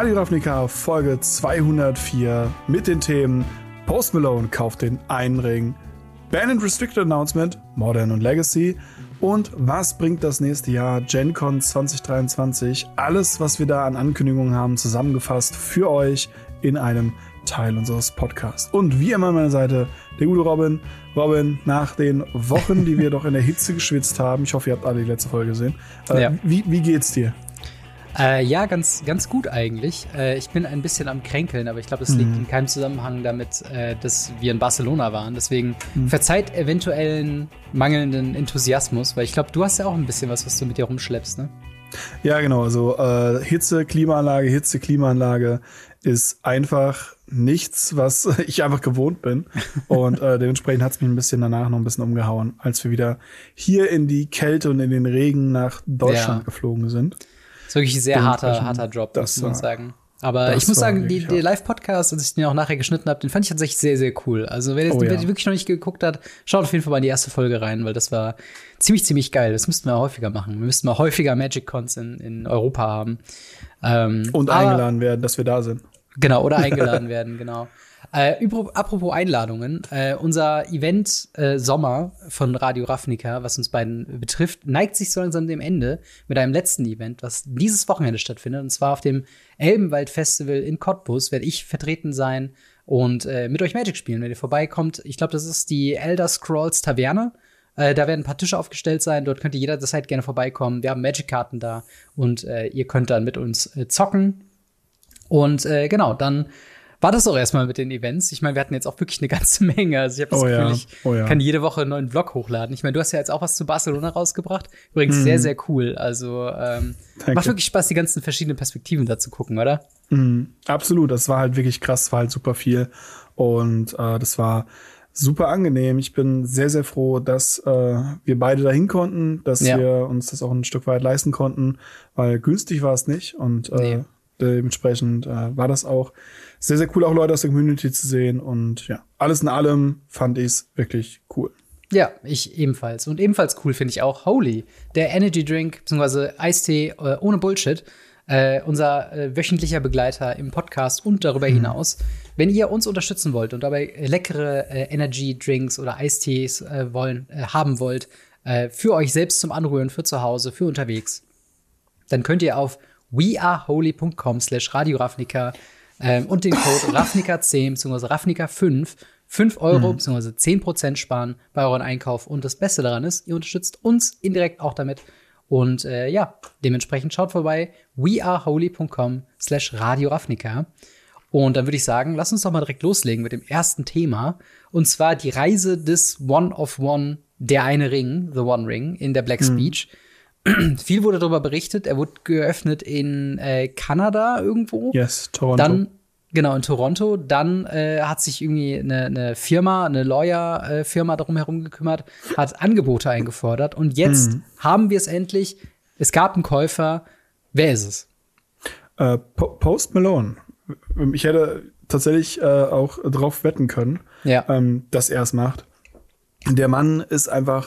Radio Ravnica Folge 204 mit den Themen Post Malone kauft den einen Ring, Ban and Restricted Announcement, Modern und Legacy und was bringt das nächste Jahr, Gen Con 2023. Alles, was wir da an Ankündigungen haben, zusammengefasst für euch in einem Teil unseres Podcasts. Und wie immer an meiner Seite der gute Robin. Robin, nach den Wochen, die wir doch in der Hitze geschwitzt haben, ich hoffe, ihr habt alle die letzte Folge gesehen. Ja. Wie geht's dir? Ja, ganz gut eigentlich. Ich bin ein bisschen am Kränkeln, aber ich glaube, das liegt in keinem Zusammenhang damit, dass wir in Barcelona waren. Deswegen verzeiht eventuellen mangelnden Enthusiasmus, weil ich glaube, du hast ja auch ein bisschen was du mit dir rumschleppst, ne? Ja, genau. Also Hitze, Klimaanlage ist einfach nichts, was ich einfach gewohnt bin. Und dementsprechend hat es mich ein bisschen danach noch ein bisschen umgehauen, als wir wieder hier in die Kälte und in den Regen nach Deutschland geflogen sind. Das ist wirklich ein sehr harter Job, muss man sagen. Aber ich muss sagen, der Live-Podcast, als ich den auch nachher geschnitten habe, den fand ich tatsächlich sehr, sehr cool. Also wer die wirklich noch nicht geguckt hat, schaut auf jeden Fall mal in die erste Folge rein, weil das war ziemlich geil. Das müssten wir häufiger machen. Wir müssten mal häufiger Magic-Cons in Europa haben. Und eingeladen werden, dass wir da sind. Genau, oder eingeladen werden, genau. Apropos Einladungen, unser Event Sommer von Radio Ravnica, was uns beiden betrifft, neigt sich so langsam dem Ende mit einem letzten Event, was dieses Wochenende stattfindet. Und zwar auf dem Elbenwald Festival in Cottbus werde ich vertreten sein und mit euch Magic spielen, wenn ihr vorbeikommt. Ich glaube, das ist die Elder Scrolls Taverne. Da werden ein paar Tische aufgestellt sein. Dort könnt ihr jederzeit gerne vorbeikommen. Wir haben Magic-Karten da und ihr könnt dann mit uns zocken. Und genau, dann war das auch erstmal mit den Events. Ich meine, wir hatten jetzt auch wirklich eine ganze Menge. Also ich habe das Gefühl, ich kann jede Woche einen neuen Vlog hochladen. Ich meine, du hast ja jetzt auch was zu Barcelona rausgebracht. Übrigens sehr, sehr cool. Also macht wirklich Spaß, die ganzen verschiedenen Perspektiven da zu gucken, oder? Absolut, das war halt wirklich krass, das war halt super viel. Und das war super angenehm. Ich bin sehr, sehr froh, dass wir beide dahin konnten, dass wir uns das auch ein Stück weit leisten konnten, weil günstig war es nicht. Und dementsprechend war das auch sehr, sehr cool, auch Leute aus der Community zu sehen. Und ja, alles in allem fand ich es wirklich cool. Ja, ich ebenfalls. Und ebenfalls cool finde ich auch Holy, der Energy Drink bzw. Eistee ohne Bullshit. Unser wöchentlicher Begleiter im Podcast und darüber hinaus. Wenn ihr uns unterstützen wollt und dabei leckere Energy Drinks oder Eistees haben wollt, für euch selbst zum Anrühren, für zu Hause, für unterwegs, dann könnt ihr auf weareholy.com/Radio Ravnica und den Code Ravnica10 bzw. Ravnica5 5 Euro bzw. 10% sparen bei euren Einkauf. Und das Beste daran ist, ihr unterstützt uns indirekt auch damit. Und dementsprechend schaut vorbei, weareholy.com/Radio Ravnica. Und dann würde ich sagen, lass uns doch mal direkt loslegen mit dem ersten Thema. Und zwar die Reise des One of One, der eine Ring, The One Ring, in der Black Speech. Viel wurde darüber berichtet. Er wurde geöffnet in Kanada irgendwo. Yes, Toronto. Dann, genau, in Toronto. Dann hat sich irgendwie eine Firma, eine Lawyer-Firma darum herum gekümmert, hat Angebote eingefordert. Und jetzt haben wir es endlich. Es gab einen Käufer. Wer ist es? Post Malone. Ich hätte tatsächlich auch drauf wetten können, dass er es macht. Der Mann ist einfach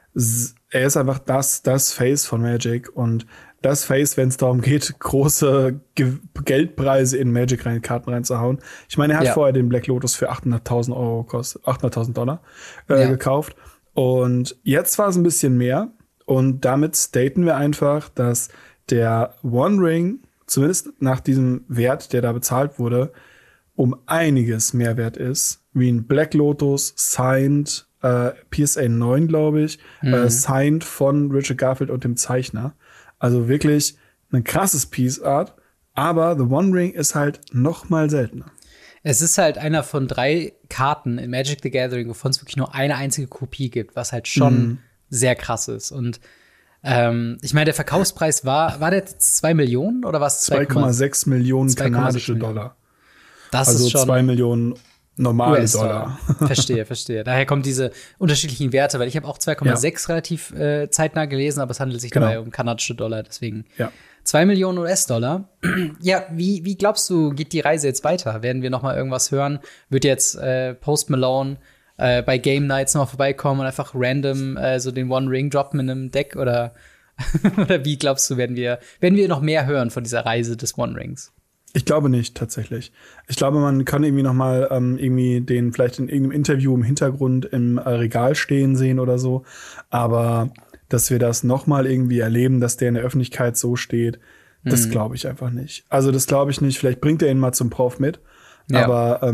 das Face von Magic und das Face, wenn es darum geht, große Geldpreise in Magic-Karten reinzuhauen. Ich meine, er hat vorher den Black Lotus für $800.000 gekauft und jetzt war es ein bisschen mehr und damit staten wir einfach, dass der One Ring, zumindest nach diesem Wert, der da bezahlt wurde, um einiges mehr wert ist, wie ein Black Lotus, signed, PSA 9, glaube ich, signed von Richard Garfield und dem Zeichner. Also wirklich ein krasses Piece Art, aber The One Ring ist halt noch mal seltener. Es ist halt einer von 3 Karten in Magic the Gathering, wovon es wirklich nur eine einzige Kopie gibt, was halt schon sehr krass ist. Und ich meine, der Verkaufspreis war der 2 Millionen oder was? 2,6 Millionen kanadische Dollar. Das also ist schon 2 Millionen normale Dollar. Verstehe. Daher kommen diese unterschiedlichen Werte, weil ich habe auch 2,6 relativ zeitnah gelesen, aber es handelt sich dabei um kanadische Dollar, deswegen 2 Millionen US-Dollar. Ja, wie glaubst du, geht die Reise jetzt weiter? Werden wir noch mal irgendwas hören? Wird jetzt Post Malone bei Game Nights noch mal vorbeikommen und einfach random so den One Ring droppen in einem Deck? Oder wie glaubst du, werden wir noch mehr hören von dieser Reise des One Rings? Ich glaube nicht, tatsächlich. Ich glaube, man kann irgendwie noch mal irgendwie den vielleicht in irgendeinem Interview im Hintergrund im Regal stehen sehen oder so. Aber dass wir das noch mal irgendwie erleben, dass der in der Öffentlichkeit so steht, das glaube ich einfach nicht. Also das glaube ich nicht. Vielleicht bringt er ihn mal zum Prof mit. Ja. Aber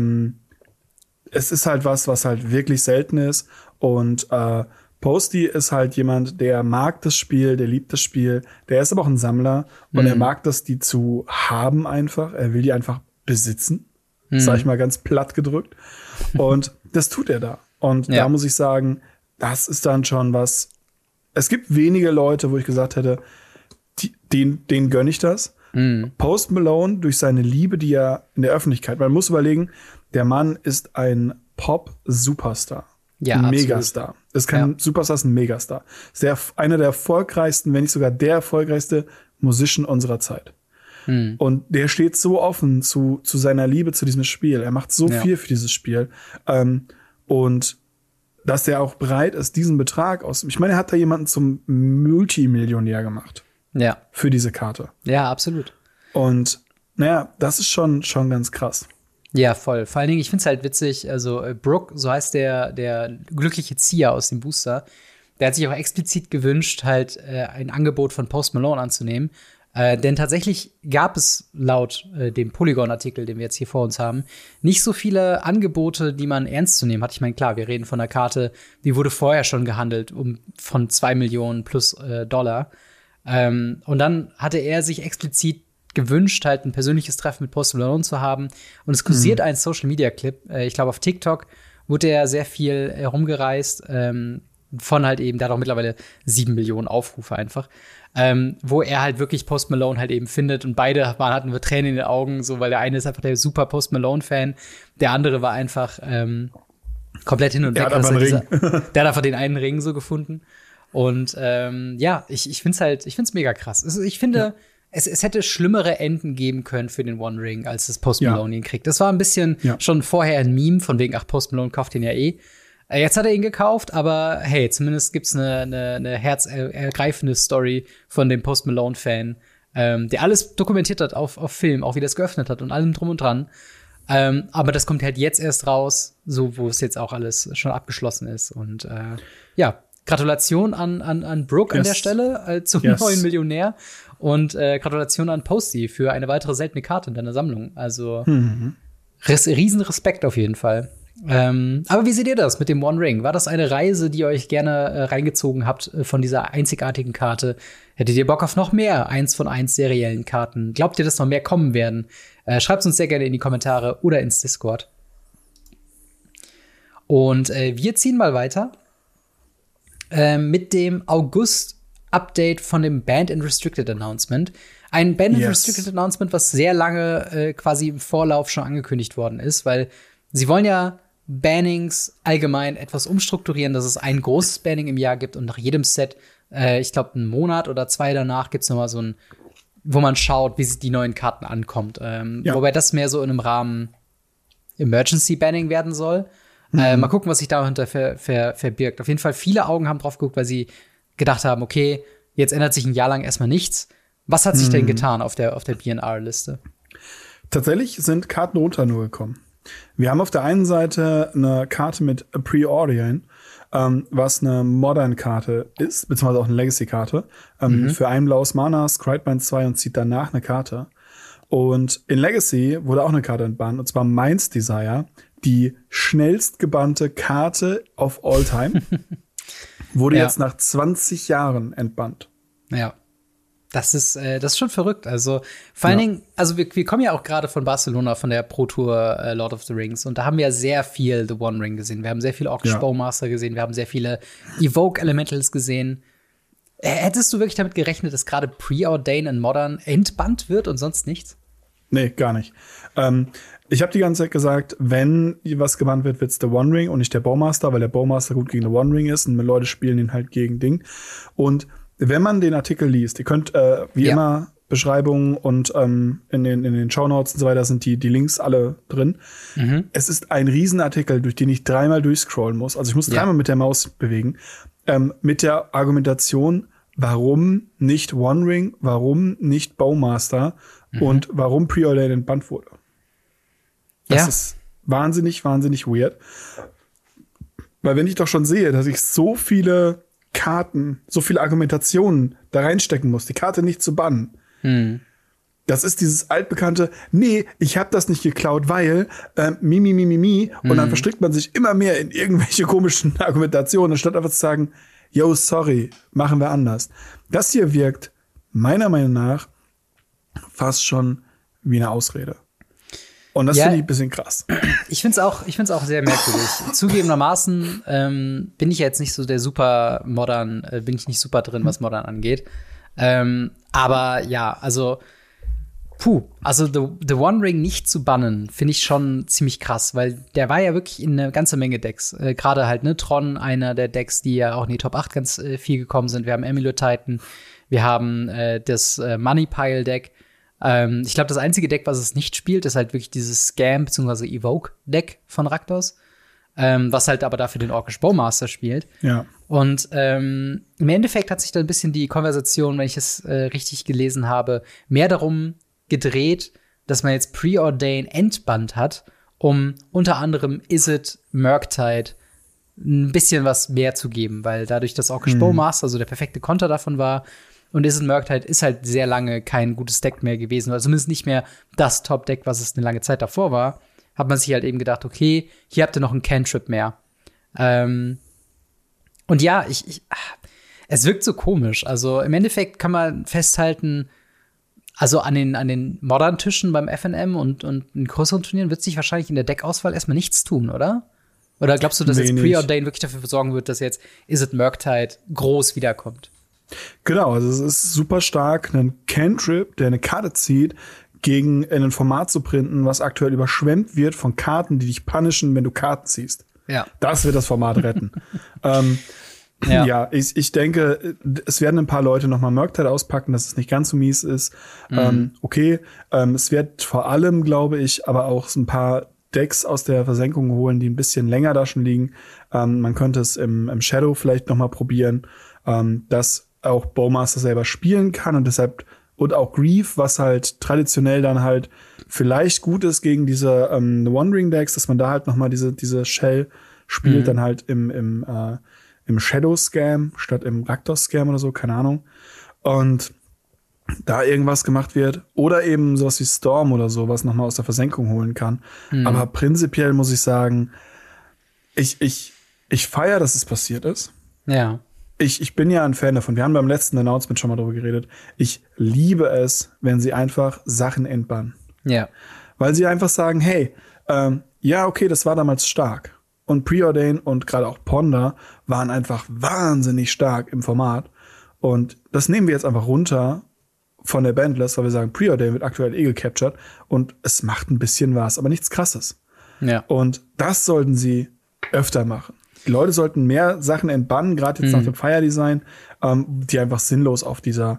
es ist halt was halt wirklich selten ist. Und Posty ist halt jemand, der mag das Spiel, der liebt das Spiel, der ist aber auch ein Sammler und er mag das, die zu haben einfach. Er will die einfach besitzen, sag ich mal ganz platt gedrückt. Und das tut er da. Und da muss ich sagen, das ist dann schon was. Es gibt wenige Leute, wo ich gesagt hätte, denen gönne ich das. Post Malone durch seine Liebe, die er in der Öffentlichkeit, man muss überlegen, der Mann ist ein Pop-Superstar. Ja, ein Megastar. Ist kein Superstar, ist ein Megastar. Ist einer der erfolgreichsten, wenn nicht sogar der erfolgreichste Musician unserer Zeit. Und der steht so offen zu seiner Liebe zu diesem Spiel. Er macht so viel für dieses Spiel. Und dass er auch bereit ist, diesen Betrag ich meine, er hat da jemanden zum Multimillionär gemacht. Ja. Für diese Karte. Ja, absolut. Und naja, das ist schon ganz krass. Ja, voll. Vor allen Dingen, ich find's halt witzig, also Brooke, so heißt der glückliche Zieher aus dem Booster, der hat sich auch explizit gewünscht, halt ein Angebot von Post Malone anzunehmen. Denn tatsächlich gab es laut dem Polygon-Artikel, den wir jetzt hier vor uns haben, nicht so viele Angebote, die man ernst zu nehmen hat. Ich meine, klar, wir reden von einer Karte, die wurde vorher schon gehandelt, von 2 Millionen plus Dollar. Und dann hatte er sich explizit gewünscht, halt ein persönliches Treffen mit Post Malone zu haben. Und es kursiert ein Social-Media-Clip. Ich glaube, auf TikTok wurde er sehr viel herumgereist, von halt eben, der hat auch mittlerweile 7 Millionen Aufrufe einfach, wo er halt wirklich Post Malone halt eben findet. Und beide hatten wir Tränen in den Augen, so, weil der eine ist einfach der super Post Malone-Fan, der andere war einfach komplett hin und weg. Der hat einfach den einen Ring so gefunden. Und ich find's mega krass. Also, ich finde, es hätte schlimmere Enden geben können für den One Ring, als das Post Malone ihn kriegt. Das war ein bisschen schon vorher ein Meme, von wegen, ach, Post Malone kauft ihn ja eh. Jetzt hat er ihn gekauft, aber hey, zumindest gibt's eine herzergreifende Story von dem Post Malone-Fan, der alles dokumentiert hat auf Film, auch wie das geöffnet hat und allem drum und dran. Aber das kommt halt jetzt erst raus, so wo es jetzt auch alles schon abgeschlossen ist. Und Gratulation an Brooke an der Stelle zum neuen Millionär. Und Gratulation an Posty für eine weitere seltene Karte in deiner Sammlung. Also riesen Respekt auf jeden Fall. Aber wie seht ihr das mit dem One Ring? War das eine Reise, die ihr euch gerne reingezogen habt von dieser einzigartigen Karte? Hättet ihr Bock auf noch mehr 1-von-1 seriellen Karten? Glaubt ihr, dass noch mehr kommen werden? Schreibt uns sehr gerne in die Kommentare oder ins Discord. Und wir ziehen mal weiter mit dem August-Update von dem Banned and Restricted Announcement. Ein Banned and Restricted Announcement, was sehr lange quasi im Vorlauf schon angekündigt worden ist, weil sie wollen ja Bannings allgemein etwas umstrukturieren, dass es ein großes Banning im Jahr gibt und nach jedem Set, ich glaube, einen Monat oder 2 danach gibt's noch mal so ein, wo man schaut, wie die neuen Karten ankommt. Wobei das mehr so in einem Rahmen Emergency Banning werden soll. Mal gucken, was sich dahinter verbirgt. Auf jeden Fall, viele Augen haben drauf geguckt, weil sie gedacht haben, okay, jetzt ändert sich ein Jahr lang erstmal nichts. Was hat sich denn getan auf der BNR-Liste? Tatsächlich sind Karten runter nur gekommen. Wir haben auf der einen Seite eine Karte mit Pre-Ordian, was eine Modern-Karte ist, beziehungsweise auch eine Legacy-Karte. Für ein blaues Mana, Scrybind 2 und zieht danach eine Karte. Und in Legacy wurde auch eine Karte entbannt, und zwar Mind's Desire, die schnellst gebannte Karte of all time. Wurde jetzt nach 20 Jahren entbannt. Ja. Das ist schon verrückt. Also, vor allen Dingen, also wir kommen ja auch gerade von Barcelona, von der Pro Tour Lord of the Rings. Und da haben wir ja sehr viel The One Ring gesehen. Wir haben sehr viele Orcish Bowmaster gesehen. Wir haben sehr viele Evoke Elementals gesehen. Hättest du wirklich damit gerechnet, dass gerade Preordain in Modern entbannt wird und sonst nichts? Nee, gar nicht. Ich habe die ganze Zeit gesagt, wenn was gebannt wird, wird's der One Ring und nicht der Bowmaster, weil der Bowmaster gut gegen den One Ring ist und Leute spielen ihn halt gegen Ding. Und wenn man den Artikel liest, ihr könnt wie immer Beschreibungen und in den Shownotes und so weiter sind die Links alle drin. Es ist ein Riesenartikel, durch den ich 3-mal durchscrollen muss. Also ich muss 3-mal mit der Maus bewegen. Mit der Argumentation, warum nicht One Ring, warum nicht Bowmaster? und warum Preordain entbannt wurde. Das ist wahnsinnig, wahnsinnig weird. Weil wenn ich doch schon sehe, dass ich so viele Karten, so viele Argumentationen da reinstecken muss, die Karte nicht zu bannen. Das ist dieses altbekannte, nee, ich habe das nicht geklaut, weil und dann verstrickt man sich immer mehr in irgendwelche komischen Argumentationen, anstatt einfach zu sagen, yo, sorry, machen wir anders. Das hier wirkt meiner Meinung nach fast schon wie eine Ausrede. Und das finde ich ein bisschen krass. Ich find's auch sehr merkwürdig. Zugegebenermaßen bin ich jetzt nicht so der super Modern, bin ich nicht super drin, was Modern angeht. Aber ja, also also The One Ring nicht zu bannen, finde ich schon ziemlich krass, weil der war ja wirklich in eine ganze Menge Decks. Gerade halt, ne, Tron, einer der Decks, die ja auch in die Top 8 ganz viel gekommen sind. Wir haben Amulet Titan, wir haben das Money Pile Deck. Ich glaube, das einzige Deck, was es nicht spielt, ist halt wirklich dieses Scam- bzw. Evoke-Deck von Rakdos, was halt aber dafür den Orcish Bowmaster spielt. Ja. Und im Endeffekt hat sich da ein bisschen die Konversation, wenn ich es richtig gelesen habe, mehr darum gedreht, dass man jetzt Preordain entbannt hat, um unter anderem Izzet, Murktide ein bisschen was mehr zu geben, weil dadurch das Orcish Bowmaster so der perfekte Konter davon war. Und Izzet Murktide ist halt sehr lange kein gutes Deck mehr gewesen, oder zumindest nicht mehr das Top-Deck, was es eine lange Zeit davor war. Hat man sich halt eben gedacht, okay, hier habt ihr noch einen Cantrip mehr. Und ja, es wirkt so komisch. Also im Endeffekt kann man festhalten, also an den Modern-Tischen beim FNM und in größeren Turnieren wird sich wahrscheinlich in der Deckauswahl erstmal nichts tun, oder? Oder glaubst du, dass jetzt Preordain wirklich dafür sorgen wird, dass jetzt Izzet Murktide groß wiederkommt? Genau, also es ist super stark, einen Cantrip, der eine Karte zieht, gegen in ein Format zu printen, was aktuell überschwemmt wird von Karten, die dich punishen, wenn du Karten ziehst. Ja. Das wird das Format retten. Ja, ich denke, es werden ein paar Leute noch mal Murktide auspacken, dass es nicht ganz so mies ist. Es wird vor allem, glaube ich, aber auch so ein paar Decks aus der Versenkung holen, die ein bisschen länger da schon liegen. Man könnte es im Shadow vielleicht noch mal probieren, dass auch Bowmaster selber spielen kann und deshalb und auch Grief, was halt traditionell dann halt vielleicht gut ist gegen diese One-Ring-Decks, dass man da halt noch mal diese Shell spielt, dann halt im Shadow-Scam statt im Rakdos-Scam oder so, keine Ahnung. Und da irgendwas gemacht wird. Oder eben sowas wie Storm oder so, was noch mal aus der Versenkung holen kann. Aber prinzipiell muss ich sagen, ich feiere, dass es passiert ist. Ja. Ich bin ja ein Fan davon. Wir haben beim letzten Announcement schon mal darüber geredet. Ich liebe es, wenn sie einfach Sachen entbannen. Ja. Weil sie einfach sagen, hey, ja, okay, das war damals stark. Und Preordain und gerade auch Ponder waren einfach wahnsinnig stark im Format. Und das nehmen wir jetzt einfach runter von der Bandlist, weil wir sagen, Preordain wird aktuell gecaptured und es macht ein bisschen was, aber nichts Krasses. Ja. Und das sollten sie öfter machen. Die Leute sollten mehr Sachen entbannen, gerade jetzt nach dem Fire Design, die einfach sinnlos auf dieser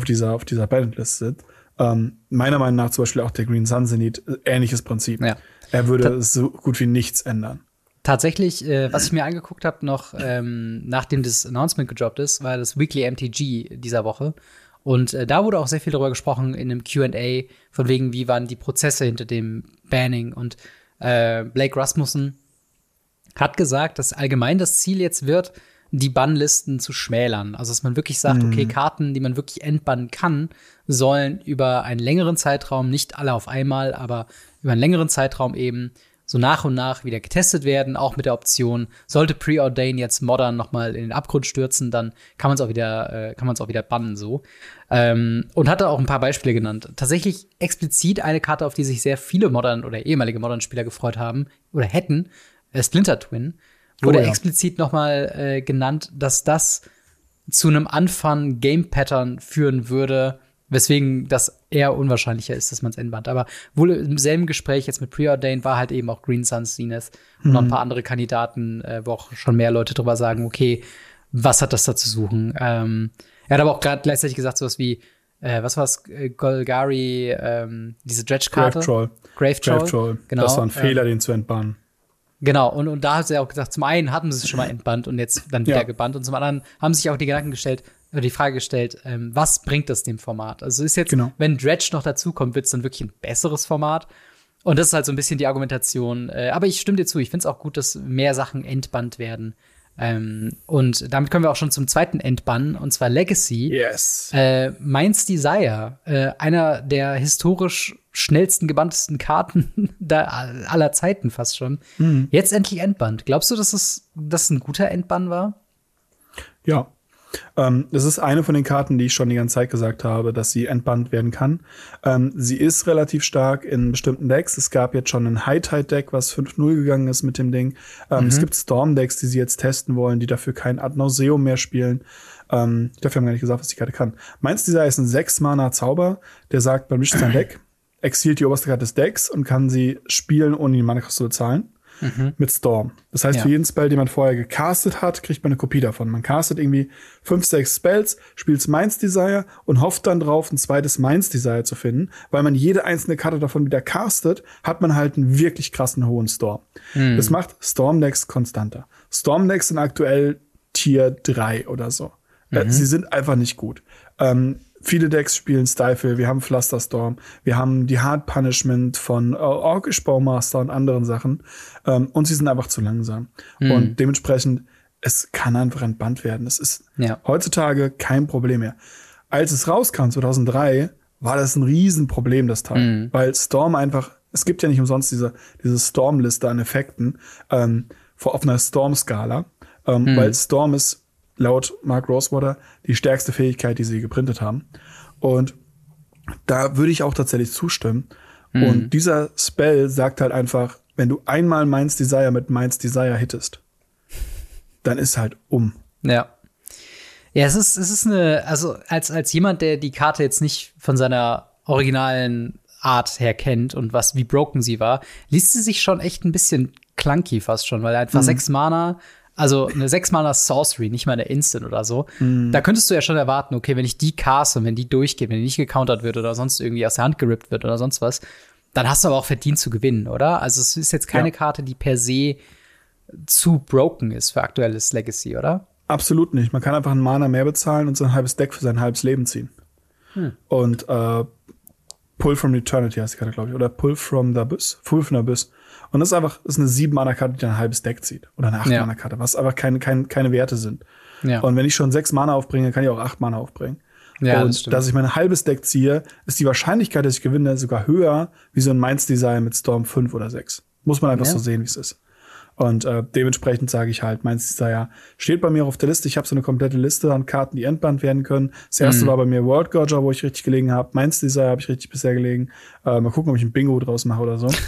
Bandlist sind. Meiner Meinung nach zum Beispiel auch der Green Sun Zenith, ähnliches Prinzip. Ja. Er würde so gut wie nichts ändern. Tatsächlich, was ich mir angeguckt habe, noch nachdem das Announcement gedroppt ist, war das Weekly MTG dieser Woche. Und da wurde auch sehr viel darüber gesprochen in einem Q&A, von wegen, wie waren die Prozesse hinter dem Banning. Und Blake Rasmussen hat gesagt, dass allgemein das Ziel jetzt wird, die Bannlisten zu schmälern. Also, dass man wirklich sagt, okay, Karten, die man wirklich entbannen kann, sollen über einen längeren Zeitraum, nicht alle auf einmal, aber über einen längeren Zeitraum eben so nach und nach wieder getestet werden, auch mit der Option, sollte Preordain jetzt Modern noch mal in den Abgrund stürzen, dann kann man es auch wieder bannen, so. Und hatte auch ein paar Beispiele genannt. Tatsächlich explizit eine Karte, auf die sich sehr viele Modern oder ehemalige Modern-Spieler gefreut haben oder hätten, Splinter Twin, wurde explizit noch mal genannt, dass das zu einem Unfun Game Pattern führen würde, weswegen das eher unwahrscheinlicher ist, dass man es entbannt. Aber wohl im selben Gespräch jetzt mit Preordain war halt eben auch Green Sun Zenith und noch ein paar andere Kandidaten, wo auch schon mehr Leute drüber sagen, okay, was hat das da zu suchen? Er hat aber auch gerade gleichzeitig gesagt, sowas wie, was war's, Golgari, diese Dredge-Karte? Grave Troll. Genau. Das war ein Fehler, den zu entbannen. Genau, und da hat sie auch gesagt, zum einen hatten sie es schon mal entbannt und jetzt dann wieder gebannt und zum anderen haben sich auch die Gedanken gestellt, die Frage gestellt, was bringt das dem Format? Also ist jetzt, Genau. wenn Dredge noch dazukommt, wird es dann wirklich ein besseres Format. Und das ist halt so ein bisschen die Argumentation. Aber ich stimme dir zu, ich finde es auch gut, dass mehr Sachen entbannt werden. Und damit kommen wir auch schon zum zweiten Entbann, und zwar Legacy. Yes. Mind's Desire, einer der historisch schnellsten gebanntesten Karten aller Zeiten fast schon. Jetzt endlich entbannt. Glaubst du, dass das ein guter Entbann war? Ja. Das ist eine von den Karten, die ich schon die ganze Zeit gesagt habe, dass sie entbannt werden kann. Sie ist relativ stark in bestimmten Decks. Es gab jetzt schon ein High-Tide-Deck, was 5-0 gegangen ist mit dem Ding. Es gibt Storm-Decks, die sie jetzt testen wollen, die dafür kein Ad Nauseum mehr spielen. Dafür haben wir gar nicht gesagt, was die Karte kann. Mind's Desire ist ein 6-Mana-Zauber, der sagt, man mischt sein Deck, exiliert die oberste Karte des Decks und kann sie spielen, ohne die Mana-Kosten zu bezahlen. Mit Storm. Das heißt, für jeden Spell, den man vorher gecastet hat, kriegt man eine Kopie davon. Man castet irgendwie 5, 6 Spells, spielt Mind's Desire und hofft dann drauf, ein zweites Mind's Desire zu finden. Weil man jede einzelne Karte davon wieder castet, hat man halt einen wirklich krassen hohen Storm. Das macht Storm-Decks konstanter. Storm-Decks sind aktuell Tier 3 oder so. Sie sind einfach nicht gut. Viele Decks spielen Stifle, wir haben Flusterstorm, wir haben die Hard Punishment von Orcish Bowmaster und anderen Sachen. Und sie sind einfach zu langsam. Und dementsprechend, es kann einfach entbannt werden. Es ist heutzutage kein Problem mehr. Als es rauskam, 2003, war das ein Riesenproblem, das Teil. Weil Storm einfach, es gibt ja nicht umsonst diese Storm-Liste an Effekten auf einer Storm-Skala. Weil Storm ist laut Mark Rosewater die stärkste Fähigkeit, die sie geprintet haben. Und da würde ich auch tatsächlich zustimmen. Und dieser Spell sagt halt einfach, wenn du einmal Mind's Desire mit Mind's Desire hittest, dann ist halt Ja. Ja, es ist also als jemand, der die Karte jetzt nicht von seiner originalen Art her kennt und wie broken sie war, liest sie sich schon echt ein bisschen clunky fast schon, weil einfach 6 Mana, also eine 6-Mana Sorcery, nicht mal eine Instant oder so. Da könntest du ja schon erwarten, okay, wenn ich die caste und wenn die durchgeht, wenn die nicht gecountert wird oder sonst irgendwie aus der Hand gerippt wird oder sonst was, dann hast du aber auch verdient zu gewinnen, oder? Also es ist jetzt keine Karte, die per se zu broken ist für aktuelles Legacy, oder? Absolut nicht. Man kann einfach einen Mana mehr bezahlen und so ein halbes Deck für sein halbes Leben ziehen. Und Pull from Eternity heißt die Karte, glaube ich. Oder Pull from the Abyss. Pull from the Abyss. Und das ist einfach, das ist eine 7-Mana-Karte, die ein halbes Deck zieht. Oder eine 8-Mana-Karte, was aber keine Werte sind. Ja. Und wenn ich schon 6 Mana aufbringe, kann ich auch 8 Mana aufbringen. Ja, und dass ich mein halbes Deck ziehe, ist die Wahrscheinlichkeit, dass ich gewinne, sogar höher, wie so ein Mind's Desire mit Storm 5 oder 6. Muss man einfach so sehen, wie es ist. Und dementsprechend sage ich halt, Mind's Desire steht bei mir auf der Liste. Ich habe so eine komplette Liste an Karten, die entbannt werden können. Das erste war bei mir World Gorger, wo ich richtig gelegen habe. Mind's Desire habe ich richtig bisher gelegen. Mal gucken, ob ich ein Bingo draus mache oder so.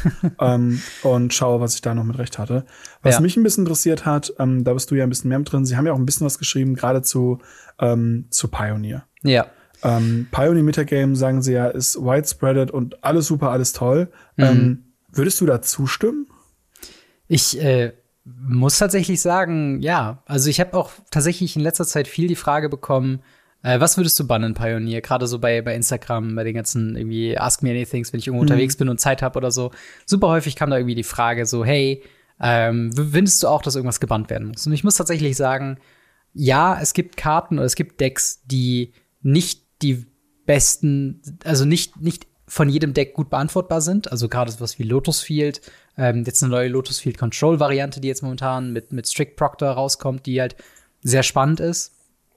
Und schaue, was ich da noch mit recht hatte. Was mich ein bisschen interessiert hat, da bist du ja ein bisschen mehr mit drin. Sie haben ja auch ein bisschen was geschrieben, gerade zu Pioneer. Ja. Pioneer Metagame, sagen sie ja, ist widespreaded und alles super, alles toll. Würdest du da zustimmen? Ich muss tatsächlich sagen, ja. Also ich habe auch tatsächlich in letzter Zeit viel die Frage bekommen, was würdest du bannen, Pioneer? Gerade so bei Instagram, bei den ganzen irgendwie Ask Me Anythings, wenn ich irgendwo unterwegs bin und Zeit habe oder so. Super häufig kam da irgendwie die Frage so, hey, findest du auch, dass irgendwas gebannt werden muss? Und ich muss tatsächlich sagen, ja, es gibt Karten oder es gibt Decks, die nicht die besten, also nicht von jedem Deck gut beantwortbar sind. Also gerade sowas wie Lotus Field, jetzt eine neue Lotus Field Control Variante, die jetzt momentan mit Strict Proctor rauskommt, die halt sehr spannend ist.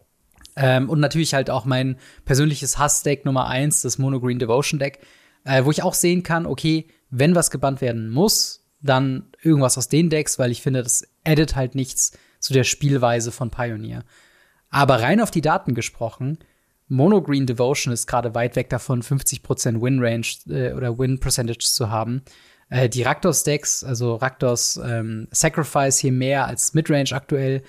Und natürlich halt auch mein persönliches Hassdeck Nummer 1, das Mono Green Devotion Deck, wo ich auch sehen kann, okay, wenn was gebannt werden muss, dann irgendwas aus den Decks, weil ich finde, das addet halt nichts zu der Spielweise von Pioneer. Aber rein auf die Daten gesprochen, Mono Green Devotion ist gerade weit weg davon, 50% Win-Range oder Win-Percentage zu haben. Die Rakdos-Decks, also Rakdos Sacrifice hier mehr als Midrange aktuell,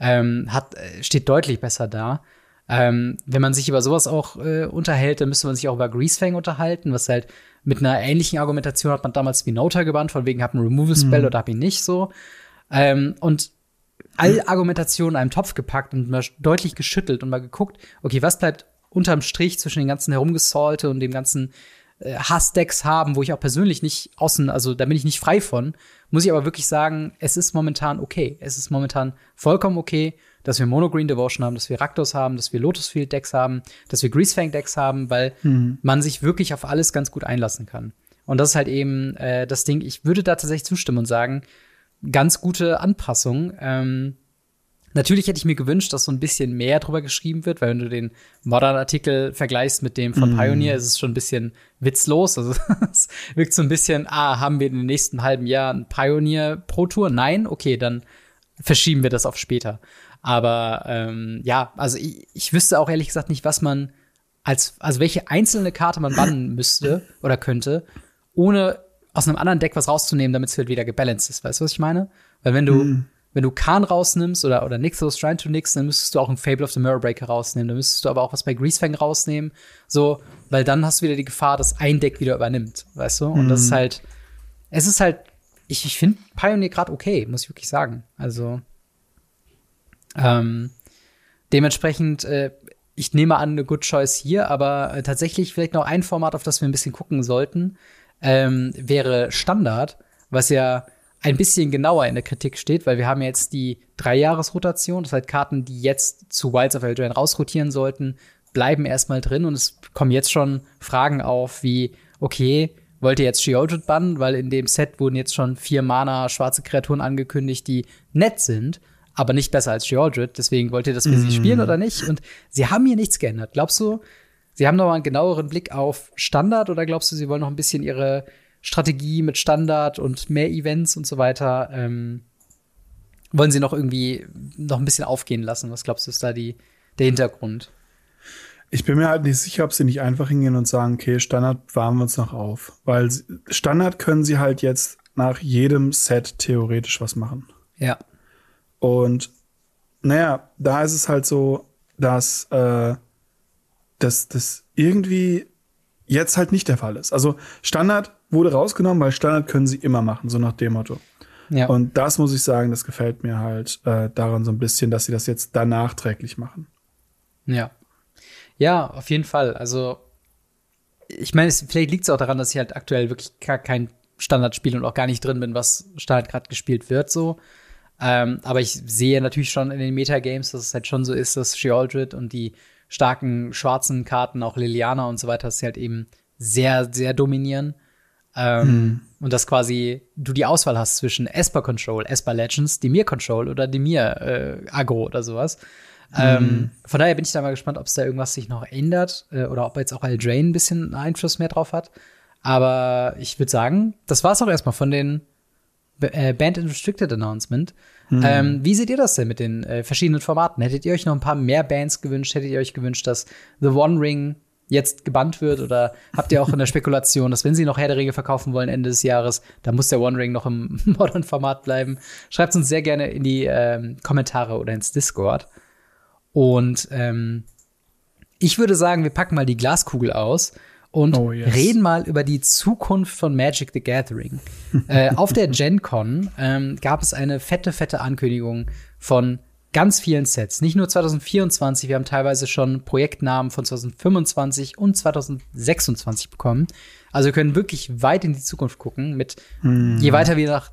steht deutlich besser da. Wenn man sich über sowas auch unterhält, dann müsste man sich auch über Greasefang unterhalten, was halt mit einer ähnlichen Argumentation hat man damals Spinota gebannt, von wegen hab einen Removal-Spell oder hab ihn nicht so. Und alle Argumentationen in einem Topf gepackt und mal deutlich geschüttelt und mal geguckt, okay, was bleibt unterm Strich zwischen den ganzen Herumgesalte und dem ganzen Hassdecks haben, wo ich auch persönlich nicht also da bin ich nicht frei von, muss ich aber wirklich sagen, es ist momentan okay. Es ist momentan vollkommen okay. dass wir Mono-Green Devotion haben, dass wir Rakdos haben, dass wir Lotusfield-Decks haben, dass wir Greasefang-Decks haben, weil man sich wirklich auf alles ganz gut einlassen kann. Und das ist halt eben das Ding, ich würde da tatsächlich zustimmen und sagen, ganz gute Anpassung. Natürlich hätte ich mir gewünscht, dass so ein bisschen mehr drüber geschrieben wird, weil wenn du den Modern-Artikel vergleichst mit dem von Pioneer, ist es schon ein bisschen witzlos. Also es wirkt so ein bisschen, haben wir in den nächsten halben Jahr ein Pioneer Pro Tour? Nein? Okay, dann verschieben wir das auf später. Aber also ich wüsste auch ehrlich gesagt nicht, was man also welche einzelne Karte man bannen müsste oder könnte, ohne aus einem anderen Deck was rauszunehmen, damit es halt wieder gebalanced ist. Weißt du, was ich meine? Weil wenn du Khan rausnimmst oder Nixos Shrine to Nix, dann müsstest du auch ein Fable of the Mirror Breaker rausnehmen. Dann müsstest du aber auch was bei Greasefang rausnehmen. So, weil dann hast du wieder die Gefahr, dass ein Deck wieder übernimmt, weißt du? Und das ist halt, ich finde Pioneer gerade okay, muss ich wirklich sagen. Also, dementsprechend, ich nehme an, eine Good Choice hier, aber tatsächlich vielleicht noch ein Format, auf das wir ein bisschen gucken sollten, wäre Standard, was ja ein bisschen genauer in der Kritik steht, weil wir haben jetzt die 3-Jahres-Rotation, das heißt Karten, die jetzt zu Wilds of Eldraine rausrotieren sollten, bleiben erstmal drin und es kommen jetzt schon Fragen auf wie, okay, wollt ihr jetzt Sheoldred bannen, weil in dem Set wurden jetzt schon 4 Mana schwarze Kreaturen angekündigt, die nett sind, aber nicht besser als Sheoldred, deswegen wollt ihr das für sie spielen oder nicht? Und sie haben hier nichts geändert. Glaubst du, sie haben noch mal einen genaueren Blick auf Standard oder glaubst du, sie wollen noch ein bisschen ihre Strategie mit Standard und mehr Events und so weiter, wollen sie noch irgendwie noch ein bisschen aufgehen lassen? Was glaubst du, ist da der Hintergrund? Ich bin mir halt nicht sicher, ob sie nicht einfach hingehen und sagen, okay, Standard warten wir uns noch auf. Weil Standard können sie halt jetzt nach jedem Set theoretisch was machen. Ja. Und naja, da ist es halt so, dass das irgendwie jetzt halt nicht der Fall ist. Also Standard wurde rausgenommen, weil Standard können sie immer machen, so nach dem Motto. Ja. Und das muss ich sagen, das gefällt mir halt daran so ein bisschen, dass sie das jetzt da nachträglich machen. Ja. Ja, auf jeden Fall. Also ich meine, vielleicht liegt es auch daran, dass ich halt aktuell wirklich gar kein Standard spiele und auch gar nicht drin bin, was Standard gerade gespielt wird so. Aber ich sehe natürlich schon in den Metagames, dass es halt schon so ist, dass Sheoldred und die starken schwarzen Karten, auch Liliana und so weiter, dass sie halt eben sehr, sehr dominieren. Und dass quasi du die Auswahl hast zwischen Esper Control, Esper Legends, Dimir Control oder Dimir Agro oder sowas. Von daher bin ich da mal gespannt, ob es da irgendwas sich noch ändert oder ob jetzt auch Eldraine ein bisschen Einfluss mehr drauf hat. Aber ich würde sagen, das war's auch erstmal von den Banned and Restricted Announcement. Wie seht ihr das denn mit den verschiedenen Formaten? Hättet ihr euch noch ein paar mehr Bands gewünscht? Hättet ihr euch gewünscht, dass The One Ring jetzt gebannt wird? Oder habt ihr auch in der Spekulation, dass wenn sie noch Herr der Ringe verkaufen wollen Ende des Jahres, dann muss der One Ring noch im Modern-Format bleiben? Schreibt uns sehr gerne in die Kommentare oder ins Discord. Und ich würde sagen, wir packen mal die Glaskugel aus und reden mal über die Zukunft von Magic the Gathering. Auf der Gen Con gab es eine fette Ankündigung von ganz vielen Sets. Nicht nur 2024, wir haben teilweise schon Projektnamen von 2025 und 2026 bekommen. Also wir können wirklich weit in die Zukunft gucken. Je weiter wir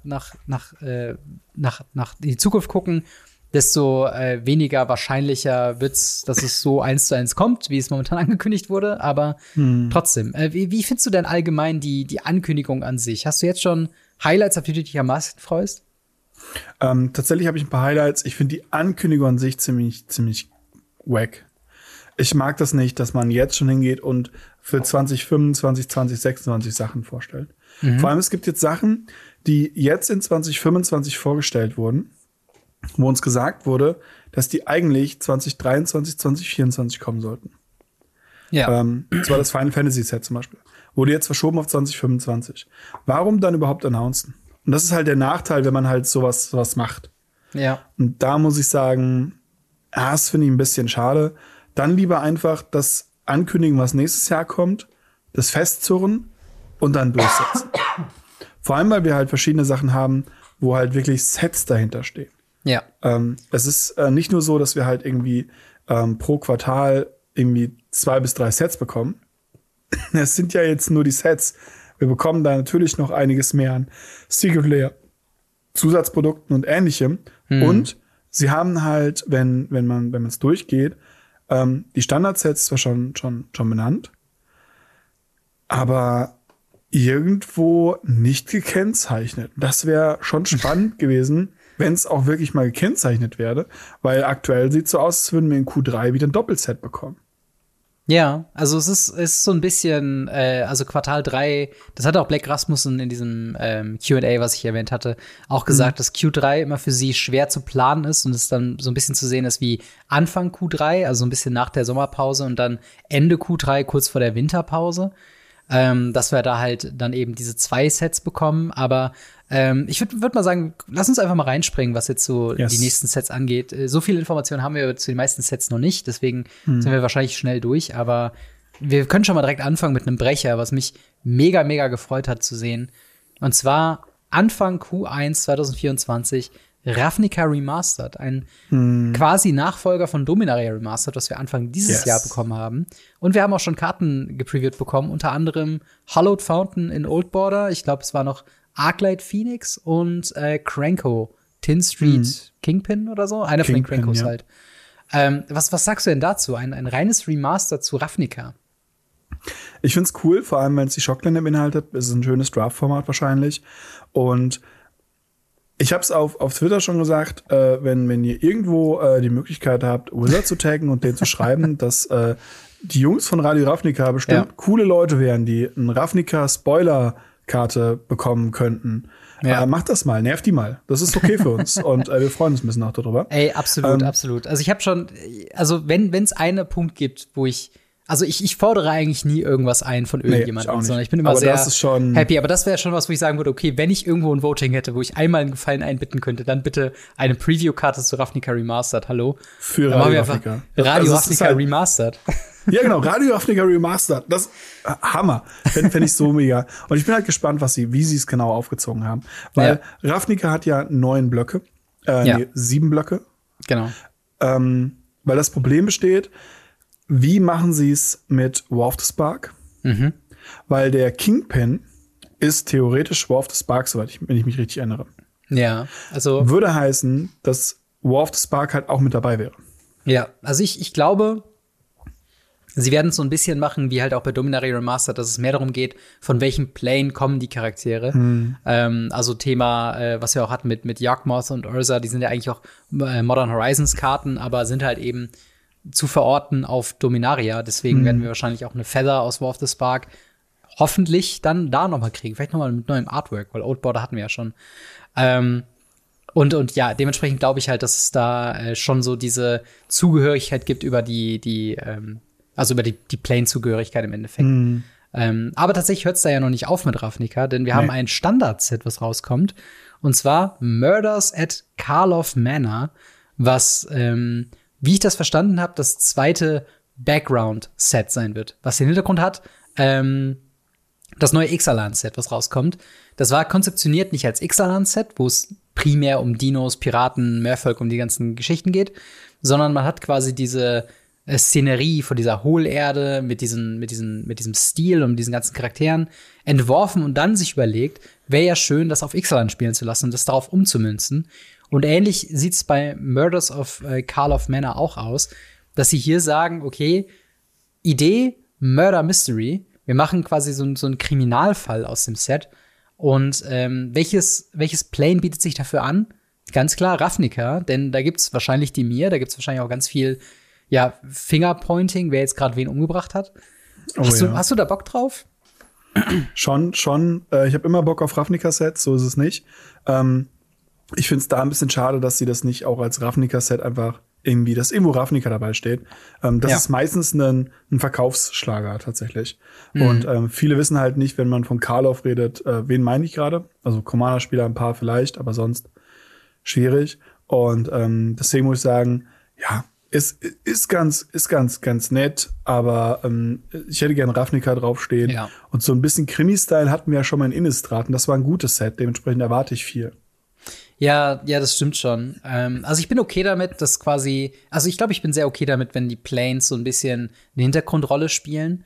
nach die Zukunft gucken, desto weniger wahrscheinlicher wird's, dass es so 1:1 kommt, wie es momentan angekündigt wurde. Aber trotzdem, wie findest du denn allgemein die Ankündigung an sich? Hast du jetzt schon Highlights, auf die du dich am meisten freust? Tatsächlich habe ich ein paar Highlights. Ich finde die Ankündigung an sich ziemlich wack. Ich mag das nicht, dass man jetzt schon hingeht und für 2025, 2026 Sachen vorstellt. Vor allem, es gibt jetzt Sachen, die jetzt in 2025 vorgestellt wurden, wo uns gesagt wurde, dass die eigentlich 2023, 2024 kommen sollten. Ja. Das war das Final Fantasy Set zum Beispiel. Wurde jetzt verschoben auf 2025. Warum dann überhaupt announcen? Und das ist halt der Nachteil, wenn man halt sowas macht. Ja. Und da muss ich sagen, das finde ich ein bisschen schade. Dann lieber einfach das ankündigen, was nächstes Jahr kommt, das festzurren und dann durchsetzen. Vor allem, weil wir halt verschiedene Sachen haben, wo halt wirklich Sets dahinter stehen. Ja. Es ist nicht nur so, dass wir halt irgendwie pro Quartal irgendwie 2 bis 3 Sets bekommen. Es sind ja jetzt nur die Sets. Wir bekommen da natürlich noch einiges mehr an Secret Layer, Zusatzprodukten und Ähnlichem. Und sie haben halt, wenn man es durchgeht, die Standardsets zwar schon benannt, aber irgendwo nicht gekennzeichnet. Das wäre schon spannend gewesen, wenn es auch wirklich mal gekennzeichnet werde, weil aktuell sieht es so aus, als würden wir in Q3 wieder ein Doppelset bekommen. Ja, also es ist so ein bisschen, also Quartal 3, das hat auch Black Rasmussen in diesem Q&A, was ich erwähnt hatte, auch gesagt, dass Q3 immer für sie schwer zu planen ist und es dann so ein bisschen zu sehen ist wie Anfang Q3, also ein bisschen nach der Sommerpause und dann Ende Q3, kurz vor der Winterpause. Dass wir da halt dann eben diese 2 Sets bekommen. Aber ich würd mal sagen, lass uns einfach mal reinspringen, was jetzt so die nächsten Sets angeht. So viele Informationen haben wir zu den meisten Sets noch nicht, deswegen sind wir wahrscheinlich schnell durch. Aber wir können schon mal direkt anfangen mit einem Brecher, was mich mega, mega gefreut hat zu sehen. Und zwar Anfang Q1 2024 Ravnica Remastered, ein quasi Nachfolger von Dominaria Remastered, was wir Anfang dieses Jahr bekommen haben. Und wir haben auch schon Karten gepreviewt bekommen, unter anderem Hallowed Fountain in Old Border. Ich glaube, es war noch Arclight Phoenix und Cranko, Tin Street Kingpin oder so. Einer von den Crankos halt. Was sagst du denn dazu? Ein reines Remaster zu Ravnica? Ich find's cool, vor allem wenn es die Shockländer beinhaltet. Es ist ein schönes Draft-Format wahrscheinlich. Und ich habe es auf Twitter schon gesagt, wenn ihr irgendwo die Möglichkeit habt, Wizard zu taggen und denen zu schreiben, dass die Jungs von Radio Ravnica bestimmt coole Leute wären, die eine Ravnica-Spoiler-Karte bekommen könnten. Macht das mal, nervt die mal. Das ist okay für uns und wir freuen uns ein bisschen auch darüber. Ey, absolut, absolut. Also ich habe schon, also wenn es einen Punkt gibt, wo ich fordere eigentlich nie irgendwas ein von irgendjemandem, sondern ich bin immer sehr happy. Aber das wäre schon was, wo ich sagen würde, okay, wenn ich irgendwo ein Voting hätte, wo ich einmal einen Gefallen einbitten könnte, dann bitte eine Preview-Karte zu Ravnica Remastered. Hallo? Für Radio Ravnica. Radio Ravnica halt Remastered. Ja, genau, Radio Ravnica Remastered. Das Hammer. Fänd ich so mega. Und ich bin halt gespannt, wie sie es genau aufgezogen haben. Weil Ravnica hat ja 9 Blöcke. 7 Blöcke. Genau. Weil das Problem besteht, wie machen sie es mit War of the Spark? Weil der Kingpin ist theoretisch War of the Spark, wenn ich mich richtig erinnere. Ja, also würde heißen, dass War of the Spark halt auch mit dabei wäre. Ja, also ich glaube, sie werden es so ein bisschen machen, wie halt auch bei Dominaria Remastered, dass es mehr darum geht, von welchem Plane kommen die Charaktere. Also Thema, was wir auch hatten mit Yawgmoth und Urza, die sind ja eigentlich auch Modern Horizons Karten, aber sind halt eben zu verorten auf Dominaria. Deswegen werden wir wahrscheinlich auch eine Feather aus War of the Spark hoffentlich dann da noch mal kriegen. Vielleicht noch mal mit neuem Artwork, weil Old Border hatten wir ja schon. Und ja, dementsprechend glaube ich halt, dass es da schon so diese Zugehörigkeit gibt über also über die Plane-Zugehörigkeit im Endeffekt. Aber tatsächlich hört es da ja noch nicht auf mit Ravnica, denn wir haben ein Standard-Set, was rauskommt. Und zwar Murders at Karlov Manor, was wie ich das verstanden habe, das zweite Background-Set sein wird. Was den Hintergrund hat, das neue Ixalan-Set, was rauskommt. Das war konzeptioniert nicht als Ixalan-Set, wo es primär um Dinos, Piraten, Merfolk, um die ganzen Geschichten geht, sondern man hat quasi diese Szenerie von dieser Hohlerde mit diesem Stil und diesen ganzen Charakteren entworfen und dann sich überlegt, wäre ja schön, das auf Ixalan spielen zu lassen und das darauf umzumünzen. Und ähnlich sieht's bei Murders of Karlov Manor auch aus, dass sie hier sagen, okay, Idee, Murder Mystery, wir machen quasi so einen Kriminalfall aus dem Set. Und welches Plane bietet sich dafür an? Ganz klar Ravnica, denn da gibt's wahrscheinlich die Mir, da gibt's wahrscheinlich auch ganz viel Fingerpointing, wer jetzt gerade wen umgebracht hat. Hast du da Bock drauf? Schon. Ich habe immer Bock auf Ravnica-Sets, so ist es nicht. Ich finde es da ein bisschen schade, dass sie das nicht auch als Ravnica-Set einfach irgendwie, dass irgendwo Ravnica dabei steht. Das ist meistens ein Verkaufsschlager tatsächlich. Und viele wissen halt nicht, wenn man von Karlov redet, wen meine ich gerade? Also Commander-Spieler ein paar vielleicht, aber sonst schwierig. Und deswegen muss ich sagen, ja, ist ganz nett, aber ich hätte gerne Ravnica draufstehen. Ja. Und so ein bisschen Krimi-Style hatten wir ja schon mal in Innistrad und das war ein gutes Set, dementsprechend erwarte ich viel. Ja, das stimmt schon. Also ich bin okay damit, dass quasi, also ich glaube, ich bin sehr okay damit, wenn die Planes so ein bisschen eine Hintergrundrolle spielen.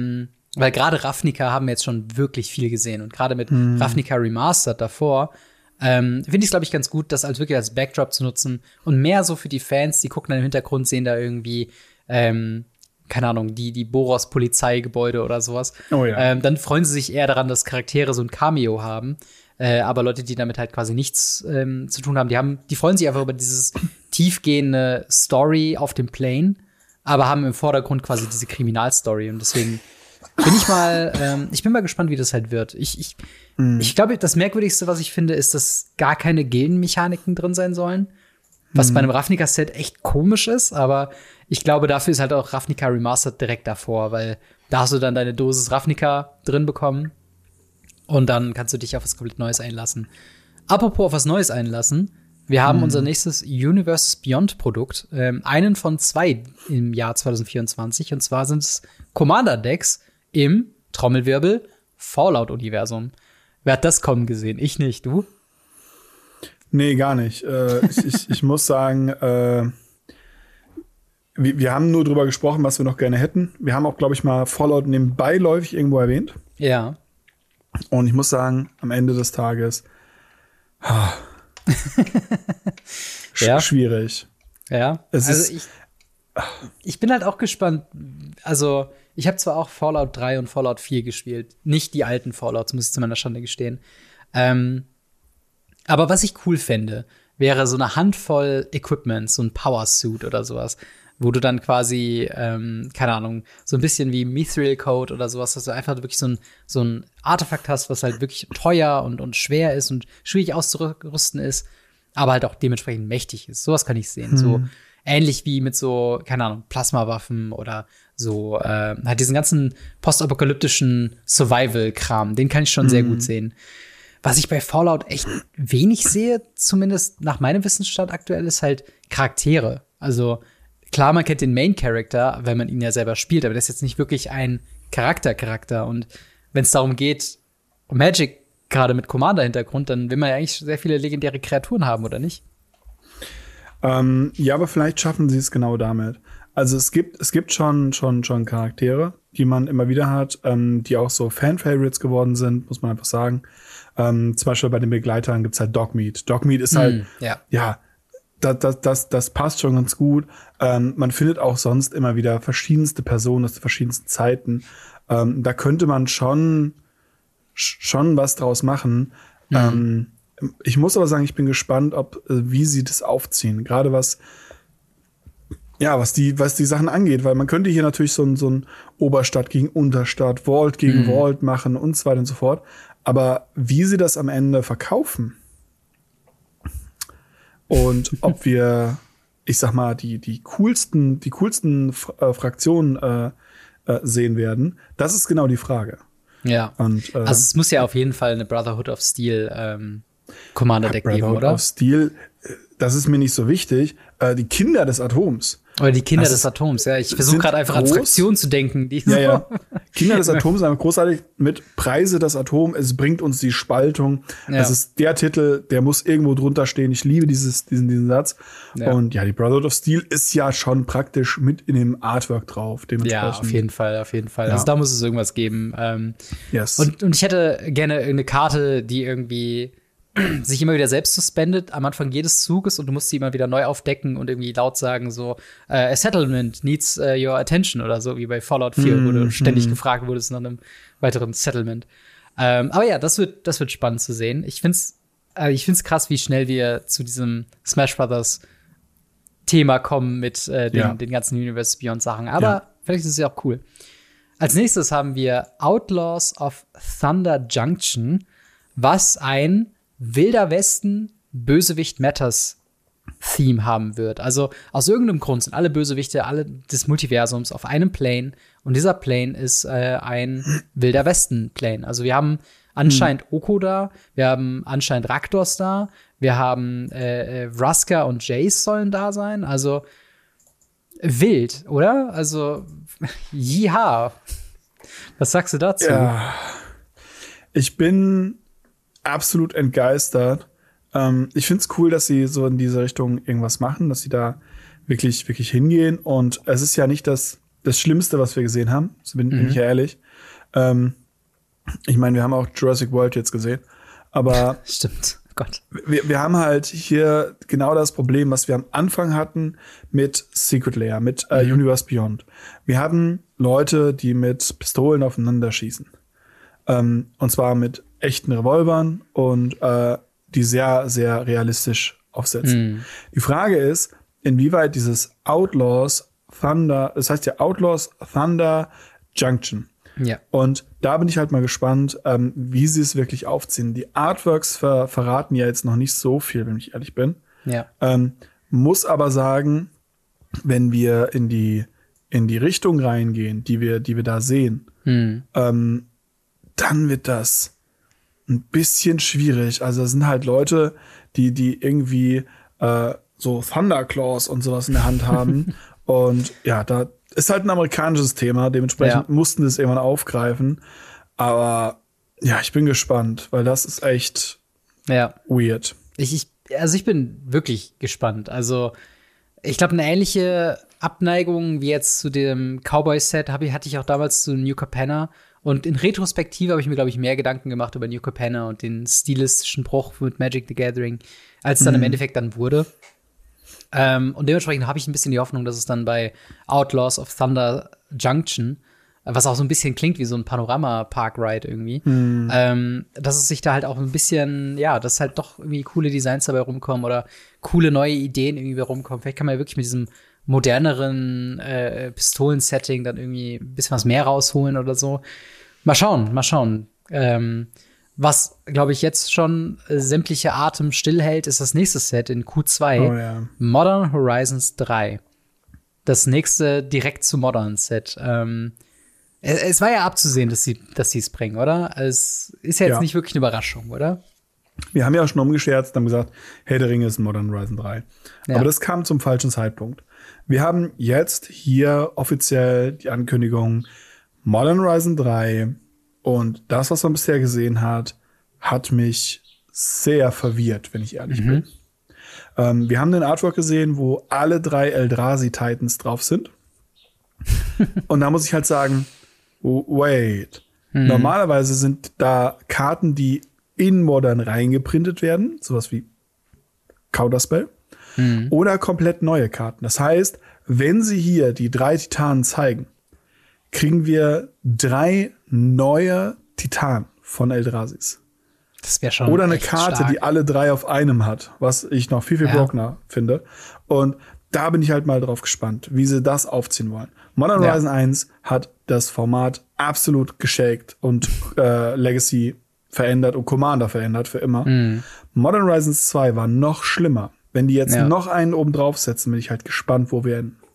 Weil gerade Ravnica haben wir jetzt schon wirklich viel gesehen. Und gerade mit Ravnica Remastered davor, finde ich es, glaube ich, ganz gut, das als wirklich als Backdrop zu nutzen und mehr so für die Fans, die gucken dann im Hintergrund, sehen da irgendwie, keine Ahnung, die Boros-Polizeigebäude oder sowas. Oh ja. Dann freuen sie sich eher daran, dass Charaktere so ein Cameo haben. Aber Leute, die damit halt quasi nichts zu tun haben, die freuen sich einfach über dieses tiefgehende Story auf dem Plane, aber haben im Vordergrund quasi diese Kriminalstory. Und deswegen ich bin mal gespannt, wie das halt wird. Ich glaube, das Merkwürdigste, was ich finde, ist, dass gar keine Gildenmechaniken drin sein sollen. Was bei einem Ravnica-Set echt komisch ist, aber ich glaube, dafür ist halt auch Ravnica Remastered direkt davor, weil da hast du dann deine Dosis Ravnica drin bekommen und dann kannst du dich auf was komplett Neues einlassen. Apropos auf was Neues einlassen, wir haben unser nächstes Universes Beyond Produkt, einen von 2 im Jahr 2024, und zwar sind es Commander-Decks im Trommelwirbel Fallout-Universum. Wer hat das kommen gesehen? Ich nicht, du? Nee, gar nicht. Ich muss sagen, wir haben nur drüber gesprochen, was wir noch gerne hätten. Wir haben auch, glaube ich, mal Fallout nebenbeiläufig irgendwo erwähnt. Ja. Und ich muss sagen, am Ende des Tages Ja. Schwierig. Ja. Ich bin halt auch gespannt. Also, ich habe zwar auch Fallout 3 und Fallout 4 gespielt. Nicht die alten Fallouts, muss ich zu meiner Schande gestehen. Aber was ich cool fände, wäre so eine Handvoll Equipment, so ein Power-Suit oder sowas, wo du dann quasi, keine Ahnung, so ein bisschen wie Mithril Code oder sowas, dass du einfach wirklich so ein Artefakt hast, was halt wirklich teuer und schwer ist und schwierig auszurüsten ist, aber halt auch dementsprechend mächtig ist. Sowas kann ich sehen. So ähnlich wie mit so, keine Ahnung, Plasmawaffen oder so, halt diesen ganzen postapokalyptischen Survival-Kram, den kann ich schon sehr gut sehen. Was ich bei Fallout echt wenig sehe, zumindest nach meinem Wissensstand aktuell, ist halt Charaktere. Also klar, man kennt den Main Character, weil man ihn ja selber spielt, aber das ist jetzt nicht wirklich ein Charakter. Und wenn es darum geht, Magic gerade mit Commander-Hintergrund, dann will man ja eigentlich sehr viele legendäre Kreaturen haben, oder nicht? Ja, aber vielleicht schaffen sie es genau damit. Also es gibt schon Charaktere, die man immer wieder hat, die auch so Fan-Favorites geworden sind, muss man einfach sagen. Zum Beispiel bei den Begleitern gibt's halt Dogmeat. Dogmeat ist halt, das passt schon ganz gut. Man findet auch sonst immer wieder verschiedenste Personen aus den verschiedensten Zeiten. Da könnte man schon was draus machen. Ich muss aber sagen, ich bin gespannt, wie sie das aufziehen. Gerade was die Sachen angeht, weil man könnte hier natürlich so ein Oberstadt gegen Unterstadt, Vault gegen Vault machen und so weiter und so fort. Aber wie sie das am Ende verkaufen und ob wir, ich sag mal, die coolsten Fraktionen sehen werden, das ist genau die Frage. Ja. Und, also es muss ja auf jeden Fall eine Brotherhood of Steel Commander-Deck geben, oder? Brotherhood of Steel, das ist mir nicht so wichtig. Die Kinder des Atoms. Oder die Kinder des Atoms, ja. Ich versuche gerade einfach an Fraktionen zu denken. Ja. Kinder des Atoms sind großartig mit Preise des Atoms. Es bringt uns die Spaltung. Ja. Das ist der Titel, der muss irgendwo drunter stehen. Ich liebe diesen Satz. Ja. Und ja, die Brotherhood of Steel ist ja schon praktisch mit in dem Artwork drauf. Ja, auf jeden Fall. Ja. Also da muss es irgendwas geben. Yes. Und ich hätte gerne eine Karte, die irgendwie sich immer wieder selbst suspendet am Anfang jedes Zuges und du musst sie immer wieder neu aufdecken und irgendwie laut sagen so, a settlement needs your attention oder so, wie bei Fallout 4, wo du ständig gefragt wurdest nach einem weiteren Settlement. Aber ja, das wird spannend zu sehen. Ich find's krass, wie schnell wir zu diesem Smash Brothers Thema kommen mit den ganzen Universe Beyond Sachen. Aber vielleicht ist es ja auch cool. Als nächstes haben wir Outlaws of Thunder Junction, was ein Wilder Westen Bösewicht Matters Theme haben wird. Also aus irgendeinem Grund sind alle Bösewichte, alle des Multiversums auf einem Plane und dieser Plane ist ein Wilder Westen Plane. Also wir haben anscheinend Oko da, wir haben anscheinend Rakdos da, wir haben Vraska und Jace sollen da sein. Also wild, oder? Also jiha. Was sagst du dazu? Ja. Ich bin absolut entgeistert. Ich find's cool, dass sie so in diese Richtung irgendwas machen, dass sie da wirklich hingehen. Und es ist ja nicht das Schlimmste, was wir gesehen haben. So bin ich ja ehrlich. Ich meine, wir haben auch Jurassic World jetzt gesehen. Aber stimmt. Gott. Wir haben halt hier genau das Problem, was wir am Anfang hatten mit Secret Lair, mit Universe Beyond. Wir haben Leute, die mit Pistolen aufeinander schießen. Und zwar mit echten Revolvern und die sehr, sehr realistisch aufsetzen. Die Frage ist, inwieweit dieses Outlaws Thunder, das heißt ja Outlaws Thunder Junction. Ja. Und da bin ich halt mal gespannt, wie sie es wirklich aufziehen. Die Artworks verraten ja jetzt noch nicht so viel, wenn ich ehrlich bin. Ja. Muss aber sagen, wenn wir in die Richtung reingehen, die wir da sehen, dann wird das ein bisschen schwierig. Also es sind halt Leute, die irgendwie so Thunderclaws und sowas in der Hand haben. Und ja, da ist halt ein amerikanisches Thema. Dementsprechend mussten sie es irgendwann aufgreifen. Aber ja, ich bin gespannt, weil das ist echt weird. Ich bin wirklich gespannt. Also ich glaube, eine ähnliche Abneigung wie jetzt zu dem Cowboy-Set hatte ich auch damals zu New Capenna. Und in Retrospektive habe ich mir, glaube ich, mehr Gedanken gemacht über New Capenna und den stilistischen Bruch mit Magic the Gathering, als es dann im Endeffekt dann wurde. Und dementsprechend habe ich ein bisschen die Hoffnung, dass es dann bei Outlaws of Thunder Junction, was auch so ein bisschen klingt wie so ein Panorama-Park-Ride irgendwie, dass es sich da halt auch ein bisschen, dass halt doch irgendwie coole Designs dabei rumkommen oder coole neue Ideen irgendwie rumkommen. Vielleicht kann man ja wirklich mit diesem moderneren Pistolen-Setting dann irgendwie ein bisschen was mehr rausholen oder so. Mal schauen. Was, glaube ich, jetzt schon sämtliche Atem stillhält, ist das nächste Set in Q2. Oh, ja. Modern Horizons 3. Das nächste direkt zu Modern Set. Es war ja abzusehen, dass sie es bringen, oder? Es ist ja jetzt nicht wirklich eine Überraschung, oder? Wir haben ja schon umgescherzt, haben gesagt, Herr der Ringe ist Modern Horizon 3. Ja. Aber das kam zum falschen Zeitpunkt. Wir haben jetzt hier offiziell die Ankündigung Modern Horizon 3. Und das, was man bisher gesehen hat mich sehr verwirrt, wenn ich ehrlich bin. Wir haben den Artwork gesehen, wo alle 3 Eldrazi-Titans drauf sind. Und da muss ich halt sagen, wait. Normalerweise sind da Karten, die in Modern reingeprintet werden, sowas wie Counterspell, oder komplett neue Karten. Das heißt, wenn sie hier die 3 Titanen zeigen, kriegen wir 3 neue Titanen von Eldrasis. Das wäre schon oder eine Karte, stark, die alle 3 auf einem hat, was ich noch viel brokener finde. Und da bin ich halt mal drauf gespannt, wie sie das aufziehen wollen. Modern Horizon 1 hat das Format absolut geshakt und Legacy verändert und Commander verändert für immer. Modern Horizons 2 war noch schlimmer. Wenn die jetzt noch einen oben draufsetzen, bin ich halt gespannt, wo wir enden.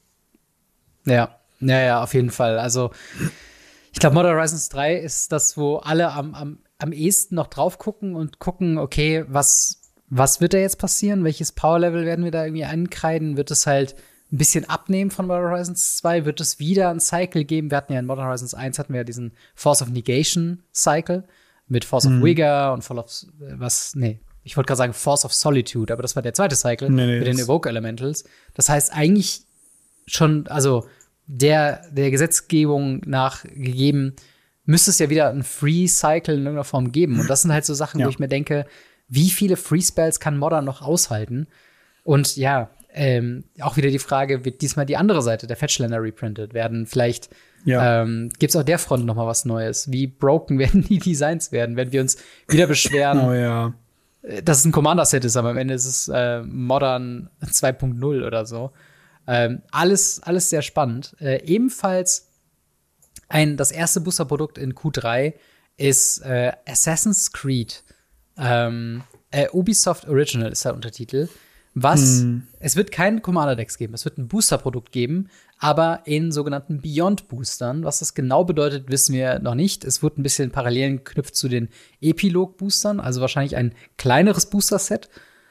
Ja, auf jeden Fall. Also, ich glaube, Modern Horizons 3 ist das, wo alle am ehesten noch drauf gucken und gucken, okay, was wird da jetzt passieren? Welches Power-Level werden wir da irgendwie einkreiden? Wird es halt ein bisschen abnehmen von Modern Horizons 2? Wird es wieder ein Cycle geben? Wir hatten ja in Modern Horizons 1 hatten wir ja diesen Force of Negation Cycle mit Force of Vigor und ich wollte gerade sagen Force of Solitude, aber das war der zweite Cycle mit den Evoke Elementals. Das heißt eigentlich schon, also der Gesetzgebung nachgegeben, müsste es ja wieder ein Free Cycle in irgendeiner Form geben. Und das sind halt so Sachen, wo ich mir denke, wie viele Free Spells kann Modern noch aushalten? Und auch wieder die Frage, wird diesmal die andere Seite der Fetchländer reprintet werden? Vielleicht gibt's auf der Front noch mal was Neues. Wie broken werden die Designs werden? Werden wir uns wieder beschweren, dass es ein Commander-Set ist, aber am Ende ist es Modern 2.0 oder so. Alles sehr spannend. Ebenfalls das erste Booster-Produkt in Q3 ist Assassin's Creed. Ubisoft Original ist der Untertitel. Es wird kein Commander-Decks geben. Es wird ein Booster-Produkt geben, aber in sogenannten Beyond-Boostern. Was das genau bedeutet, wissen wir noch nicht. Es wird ein bisschen Parallelen geknüpft zu den Epilog-Boostern, also wahrscheinlich ein kleineres Booster-Set.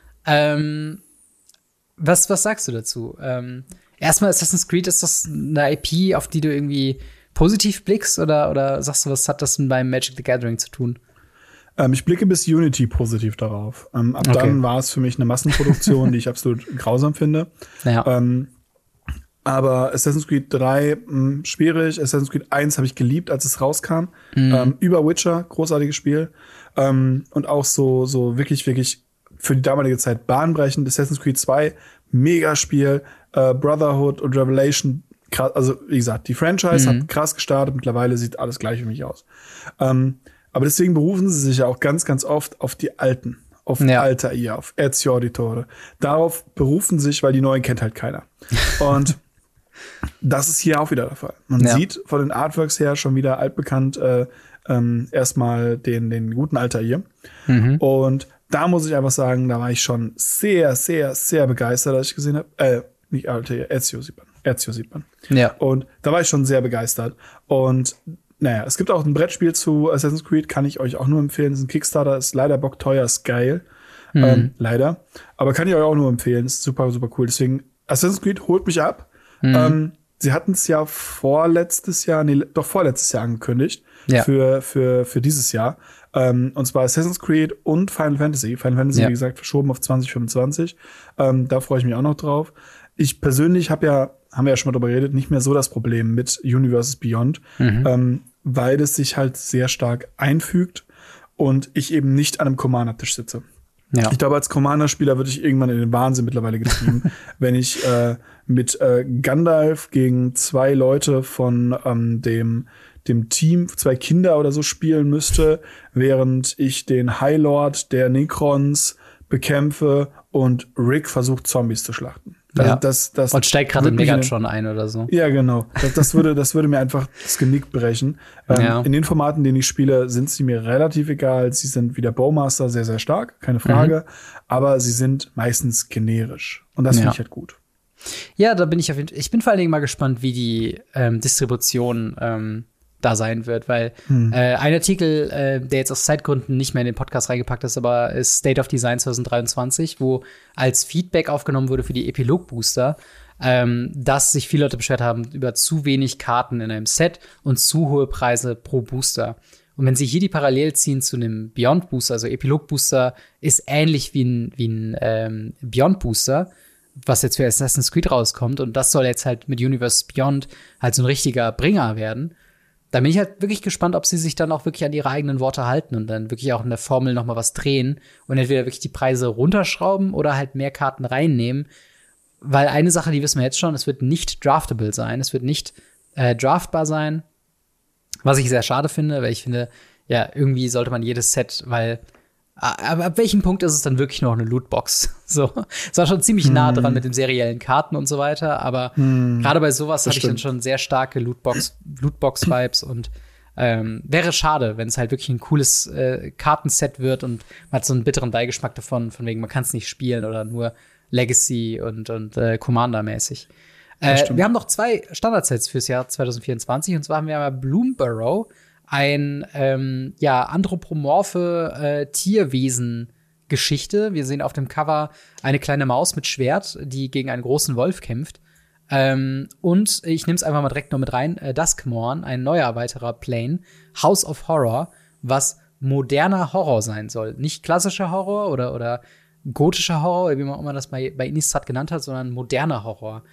Was sagst du dazu? Erstmal Assassin's Creed, ist das eine IP, auf die du irgendwie positiv blickst oder sagst du, was hat das denn beim Magic the Gathering zu tun? Ich blicke bis Unity positiv darauf. Dann war es für mich eine Massenproduktion, die ich absolut grausam finde. Ja. Aber Assassin's Creed 3, schwierig. Assassin's Creed 1 habe ich geliebt, als es rauskam. Über Witcher, großartiges Spiel. Und auch so wirklich, wirklich für die damalige Zeit bahnbrechend. Assassin's Creed 2, mega Spiel. Brotherhood und Revelation, krass. Also, wie gesagt, die Franchise hat krass gestartet. Mittlerweile sieht alles gleich für mich aus. Aber deswegen berufen sie sich ja auch ganz, ganz oft auf die Alten. Auf Altair, auf Ezio Auditore. Darauf berufen sich, weil die neuen kennt halt keiner. Und das ist hier auch wieder der Fall. Man sieht von den Artworks her schon wieder altbekannt erstmal den guten Altair. Und da muss ich einfach sagen, da war ich schon sehr, sehr, sehr begeistert, als ich gesehen habe. Nicht Altair, Ezio sieht man. Ja. Und da war ich schon sehr begeistert. Und naja, es gibt auch ein Brettspiel zu Assassin's Creed, kann ich euch auch nur empfehlen. Das ist ein Kickstarter, ist leider bockteuer, ist geil. Leider. Aber kann ich euch auch nur empfehlen. Ist super, super cool. Deswegen, Assassin's Creed holt mich ab. Sie hatten es ja vorletztes Jahr angekündigt. Ja. Für dieses Jahr. Und zwar Assassin's Creed und Final Fantasy. Final Fantasy, wie gesagt, verschoben auf 2025. Da freue ich mich auch noch drauf. Ich persönlich haben wir ja schon mal drüber geredet, nicht mehr so das Problem mit Universes Beyond, weil es sich halt sehr stark einfügt und ich eben nicht an einem Commander-Tisch sitze. Ja. Ich glaube, als Commander-Spieler würde ich irgendwann in den Wahnsinn mittlerweile getrieben, wenn ich mit Gandalf gegen 2 Leute von dem Team, 2 Kinder oder so spielen müsste, während ich den High Lord der Necrons bekämpfe und Rick versucht, Zombies zu schlachten. Ja. Und steigt gerade in Megatron ein oder so. Ja, genau. Das würde mir einfach das Genick brechen. In den Formaten, in denen ich spiele, sind sie mir relativ egal. Sie sind wie der Bowmaster sehr, sehr stark, keine Frage. Aber sie sind meistens generisch. Und das finde ich halt gut. Ja, da bin ich ich bin vor allen Dingen mal gespannt, wie die Distribution da sein wird, weil ein Artikel, der jetzt aus Zeitgründen nicht mehr in den Podcast reingepackt ist, aber ist State of Design 2023, wo als Feedback aufgenommen wurde für die Epilog-Booster, dass sich viele Leute beschwert haben über zu wenig Karten in einem Set und zu hohe Preise pro Booster. Und wenn sie hier die Parallel ziehen zu einem Beyond-Booster, also Epilog-Booster ist ähnlich wie ein Beyond-Booster, was jetzt für Assassin's Creed rauskommt, und das soll jetzt halt mit Universe Beyond halt so ein richtiger Bringer werden. Da bin ich halt wirklich gespannt, ob sie sich dann auch wirklich an ihre eigenen Worte halten und dann wirklich auch in der Formel noch mal was drehen und entweder wirklich die Preise runterschrauben oder halt mehr Karten reinnehmen. Weil eine Sache, die wissen wir jetzt schon, es wird nicht draftable sein, es wird nicht draftbar sein, was ich sehr schade finde, weil ich finde, ja, irgendwie sollte man jedes Set, weil aber ab welchem Punkt ist es dann wirklich noch eine Lootbox? So, es war schon ziemlich nah dran mit den seriellen Karten und so weiter, aber gerade bei sowas hatte ich dann schon sehr starke Lootbox-Vibes und wäre schade, wenn es halt wirklich ein cooles Kartenset wird und man hat so einen bitteren Beigeschmack davon, von wegen, man kann es nicht spielen oder nur Legacy und Commander-mäßig. Wir haben noch 2 Standardsets fürs Jahr 2024, und zwar haben wir einmal Bloomburrow, ein anthropomorphe Tierwesen-Geschichte. Wir sehen auf dem Cover eine kleine Maus mit Schwert, die gegen einen großen Wolf kämpft. Und ich nehme es einfach mal direkt noch mit rein. Duskmorn, ein neuer weiterer Plane. House of Horror, was moderner Horror sein soll. Nicht klassischer Horror oder gotischer Horror, wie man immer das bei Innistrad genannt hat, sondern moderner Horror.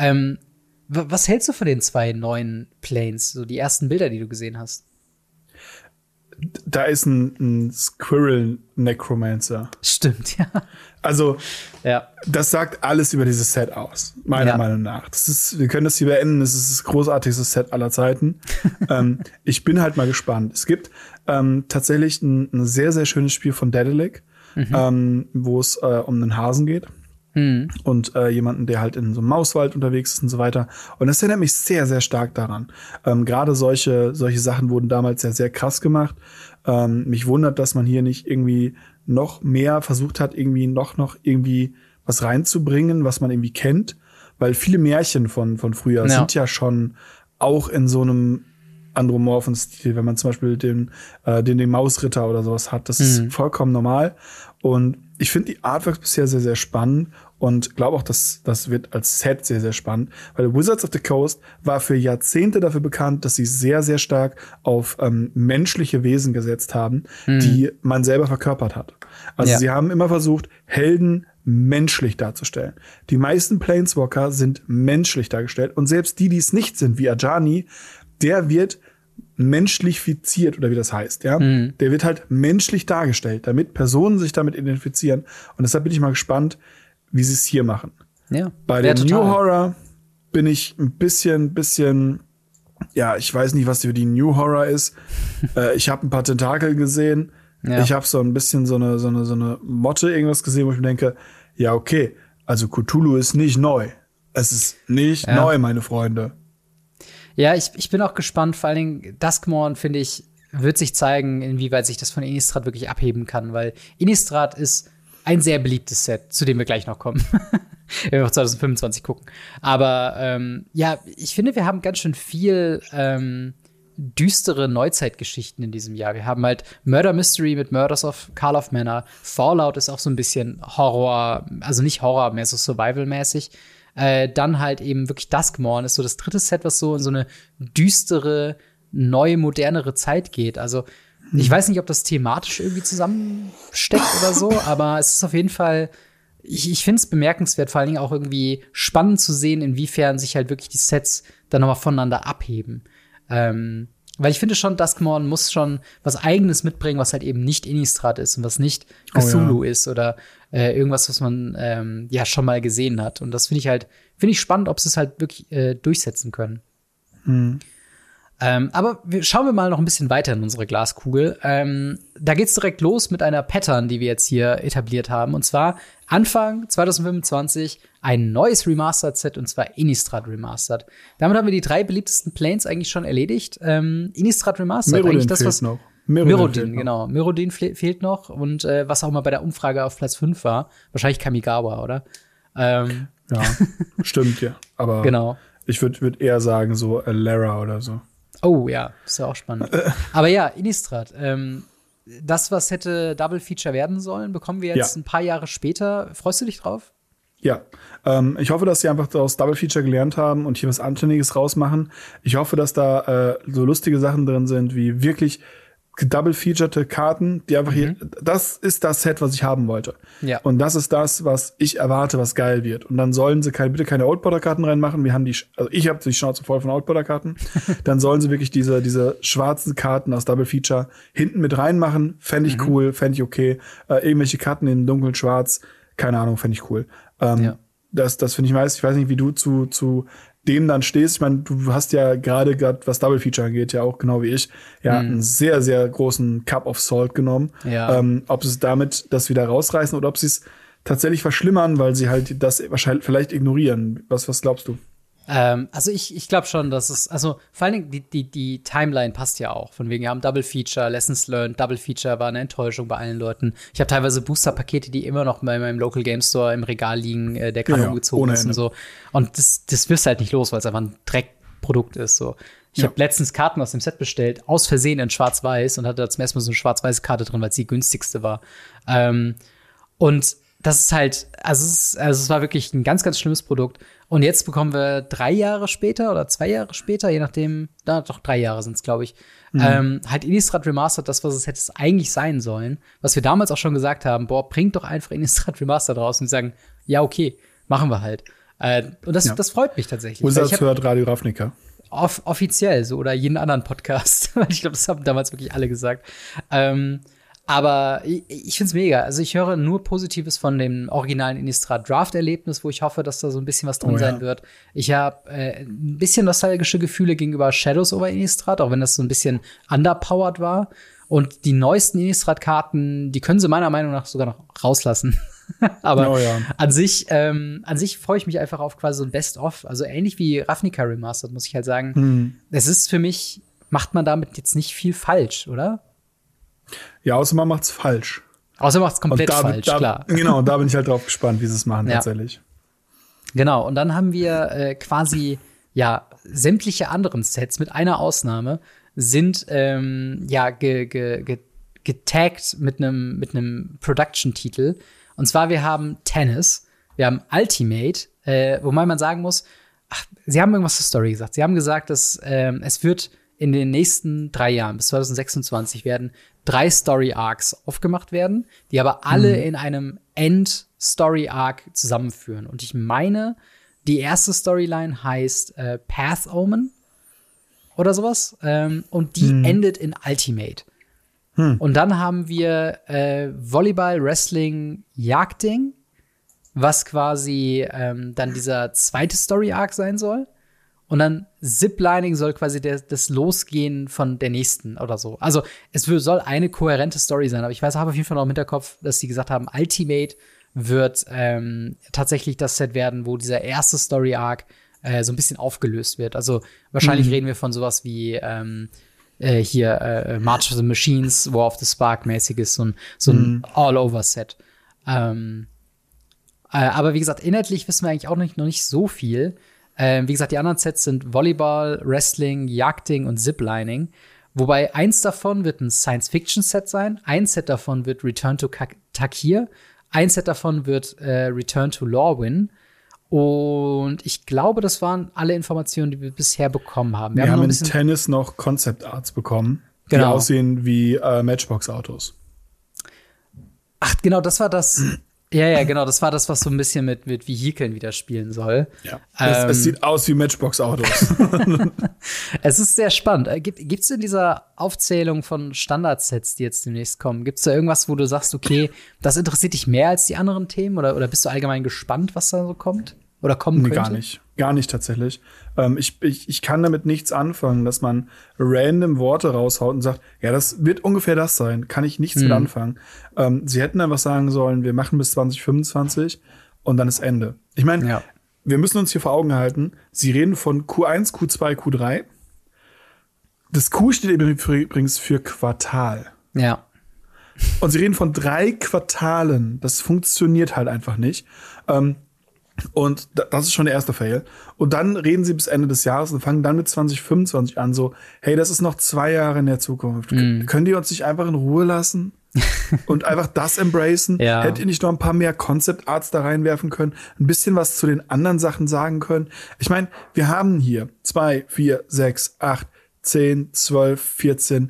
Was hältst du von den 2 neuen Planes? So die ersten Bilder, die du gesehen hast? Da ist ein Squirrel Necromancer. Stimmt, ja. Also, das sagt alles über dieses Set aus, meiner Meinung nach. Wir können das hier beenden, es ist das großartigste Set aller Zeiten. Ich bin halt mal gespannt. Es gibt tatsächlich ein sehr, sehr schönes Spiel von Daedalic, wo es um einen Hasen geht. Und jemanden, der halt in so einem Mauswald unterwegs ist und so weiter. Und das erinnert mich sehr, sehr stark daran. Gerade solche Sachen wurden damals sehr, sehr krass gemacht. Mich wundert, dass man hier nicht irgendwie noch mehr versucht hat, irgendwie noch irgendwie was reinzubringen, was man irgendwie kennt. Weil viele Märchen von früher sind ja schon auch in so einem andromorphen Stil, wenn man zum Beispiel den Mausritter oder sowas hat. Das ist vollkommen normal. Und ich finde die Artworks bisher sehr, sehr spannend und glaube auch, dass das wird als Set sehr, sehr spannend, weil Wizards of the Coast war für Jahrzehnte dafür bekannt, dass sie sehr, sehr stark auf menschliche Wesen gesetzt haben, die man selber verkörpert hat. Also sie haben immer versucht, Helden menschlich darzustellen. Die meisten Planeswalker sind menschlich dargestellt und selbst die es nicht sind, wie Ajani, der wird menschlifiziert oder wie das heißt, ja. Der wird halt menschlich dargestellt, damit Personen sich damit identifizieren. Und deshalb bin ich mal gespannt, wie sie es hier machen. Ja, bei dem New Horror bin ich ein bisschen, ja, ich weiß nicht, was für die New Horror ist. Ich habe ein paar Tentakel gesehen. Ja. Ich habe so ein bisschen so eine Motte irgendwas gesehen, wo ich mir denke, ja, okay, also Cthulhu ist nicht neu. Es ist nicht neu, meine Freunde. Ja, ich bin auch gespannt. Vor allen Dingen Duskmourn, finde ich, wird sich zeigen, inwieweit sich das von Innistrad wirklich abheben kann. Weil Innistrad ist ein sehr beliebtes Set, zu dem wir gleich noch kommen. Wenn wir auf 2025 gucken. Aber ja, ich finde, wir haben ganz schön viel düstere Neuzeitgeschichten in diesem Jahr. Wir haben halt Murder Mystery mit Murders of Karlov Manor. Fallout ist auch so ein bisschen Horror, also nicht Horror, mehr so Survival-mäßig. Dann halt eben wirklich Duskmourn ist so das dritte Set, was so in so eine düstere, neue, modernere Zeit geht. Also ich weiß nicht, ob das thematisch irgendwie zusammensteckt oder so, aber es ist auf jeden Fall, ich finde es bemerkenswert, vor allen Dingen auch irgendwie spannend zu sehen, inwiefern sich halt wirklich die Sets dann nochmal voneinander abheben. Weil ich finde schon, Duskmourn muss schon was Eigenes mitbringen, was halt eben nicht Innistrad ist und was nicht Cthulhu ist oder irgendwas, was man ja schon mal gesehen hat. Und das finde ich spannend, ob sie es halt wirklich durchsetzen können. Aber schauen wir mal noch ein bisschen weiter in unsere Glaskugel. Da geht's direkt los mit einer Pattern, die wir jetzt hier etabliert haben. Und zwar Anfang 2025 ein neues Remastered-Set, und zwar Innistrad Remastered. Damit haben wir die 3 beliebtesten Planes eigentlich schon erledigt. Innistrad Remastered, Mirrodin eigentlich das, was noch. Mirrodin, genau. Mirrodin fehlt noch. Und was auch mal bei der Umfrage auf Platz 5 war. Wahrscheinlich Kamigawa, oder? Ja, stimmt, ja. Aber genau. Ich würd eher sagen, so Lara oder so. Oh ja, ist ja auch spannend. Aber ja, Innistrad. Das, was hätte Double Feature werden sollen, bekommen wir jetzt ein paar Jahre später. Freust du dich drauf? Ja, ich hoffe, dass sie einfach aus Double Feature gelernt haben und hier was Anständiges rausmachen. Ich hoffe, dass da so lustige Sachen drin sind, wie wirklich double-featurete Karten, die einfach hier, das ist das Set, was ich haben wollte. Ja. Und das ist das, was ich erwarte, was geil wird. Und dann sollen sie bitte keine Oldborder-Karten reinmachen. Also ich habe die Schnauze voll von Oldborder-Karten. Dann sollen sie wirklich diese schwarzen Karten aus Double-Feature hinten mit reinmachen. Fände ich cool, fände ich okay. Irgendwelche Karten in dunkel schwarz, keine Ahnung, fände ich cool. Das finde ich meist. Ich weiß nicht, wie du zu dem dann stehst. Ich meine, du hast ja gerade was Double Feature angeht, ja auch genau wie ich, einen sehr, sehr großen Cup of Salt genommen. Ja. Ob sie damit das wieder rausreißen oder ob sie es tatsächlich verschlimmern, weil sie halt das wahrscheinlich vielleicht ignorieren. Was glaubst du? Also ich glaube schon, dass es, also vor allen Dingen die Timeline passt ja auch. Von wegen, wir haben Double Feature, Lessons Learned, Double Feature war eine Enttäuschung bei allen Leuten. Ich habe teilweise Booster-Pakete, die immer noch bei meinem Local Game Store im Regal liegen, der Kanon gezogen ist und so. Und das wirst du halt nicht los, weil es einfach ein Dreckprodukt ist. So. Ich habe letztens Karten aus dem Set bestellt, aus Versehen in Schwarz-Weiß und hatte da zum ersten Mal so eine schwarz-weiße Karte drin, weil es die günstigste war. Und das ist halt, also es war wirklich ein ganz, ganz schlimmes Produkt. Und jetzt bekommen wir 3 Jahre später oder 2 Jahre später, je nachdem, doch 3 Jahre sind es, glaube ich, halt Innistrad Remastered, das, was es hätte eigentlich sein sollen. Was wir damals auch schon gesagt haben, bringt doch einfach Innistrad Remastered raus und sagen, ja, okay, machen wir halt. Und das freut mich tatsächlich. Unser hört Radio Ravnica. Offiziell so, oder jeden anderen Podcast. Ich glaube, das haben damals wirklich alle gesagt. Aber ich find's mega. Also ich höre nur Positives von dem originalen Innistrad Draft-Erlebnis, wo ich hoffe, dass da so ein bisschen was drin sein wird. Ich habe ein bisschen nostalgische Gefühle gegenüber Shadows over Innistrad, auch wenn das so ein bisschen underpowered war. Und die neuesten Innistrad-Karten, die können sie meiner Meinung nach sogar noch rauslassen. Aber an sich freue ich mich einfach auf quasi so ein Best-of. Also ähnlich wie Ravnica Remastered, muss ich halt sagen. Es ist für mich, macht man damit jetzt nicht viel falsch, oder? Ja, außer man macht's falsch. Außer man macht's komplett falsch, klar. Genau, da bin ich halt drauf gespannt, wie sie es machen tatsächlich. Genau, und dann haben wir quasi, sämtliche anderen Sets, mit einer Ausnahme, sind getaggt mit einem Production-Titel. Und zwar, wir haben Tennis, wir haben Ultimate, wobei man sagen muss, sie haben irgendwas zur Story gesagt. Sie haben gesagt, dass es wird in den nächsten 3 Jahren, bis 2026, werden 3 Story-Arcs aufgemacht werden, die aber alle in einem Story-Arc zusammenführen. Und ich meine, die erste Storyline heißt Path Omen oder sowas. Und die endet in Ultimate. Und dann haben wir Volleyball, Wrestling, Jagding, was quasi dann dieser zweite Story-Arc sein soll. Und dann Ziplining soll quasi das Losgehen von der nächsten oder so. Also es soll eine kohärente Story sein. Aber ich habe auf jeden Fall noch im Hinterkopf, dass sie gesagt haben, Ultimate wird tatsächlich das Set werden, wo dieser erste Story-Arc so ein bisschen aufgelöst wird. Also wahrscheinlich reden wir von sowas wie March of the Machines, War of the Spark mäßiges, so ein All-Over-Set. Aber wie gesagt, inhaltlich wissen wir eigentlich auch noch nicht so viel. Wie gesagt, die anderen Sets sind Volleyball, Wrestling, Jagding und Ziplining. Wobei eins davon wird ein Science-Fiction-Set sein, ein Set davon wird Return to Takir, ein Set davon wird Return to Lorwyn. Und ich glaube, das waren alle Informationen, die wir bisher bekommen haben. Wir haben in Tennis noch Concept Arts bekommen, die aussehen wie Matchbox-Autos. Ach, genau, das war das. Ja, genau, das war das, was so ein bisschen mit Vehikeln wieder spielen soll. Ja. Es sieht aus wie Matchbox-Autos. Es ist sehr spannend. Gibt's in dieser Aufzählung von Standardsets, die jetzt demnächst kommen, gibt's da irgendwas, wo du sagst, okay, das interessiert dich mehr als die anderen Themen? Oder bist du allgemein gespannt, was da so kommt? Oder kommen könnte? Gar nicht. Gar nicht tatsächlich. Ich kann damit nichts anfangen, dass man random Worte raushaut und sagt, ja, das wird ungefähr das sein. Kann ich nichts mit anfangen. Sie hätten einfach sagen sollen, wir machen bis 2025 und dann ist Ende. Ich meine, wir müssen uns hier vor Augen halten, sie reden von Q1, Q2, Q3. Das Q steht übrigens für Quartal. Ja. Und sie reden von 3 Quartalen. Das funktioniert halt einfach nicht. Und das ist schon der erste Fail. Und dann reden sie bis Ende des Jahres und fangen dann mit 2025 an, so, hey, das ist noch 2 Jahre in der Zukunft. Können die uns nicht einfach in Ruhe lassen? Und einfach das embracen? Ja. Hättet ihr nicht noch ein paar mehr Concept Arts da reinwerfen können? Ein bisschen was zu den anderen Sachen sagen können? Ich meine, wir haben hier 2, 4, 6, 8, 10, 12, 14,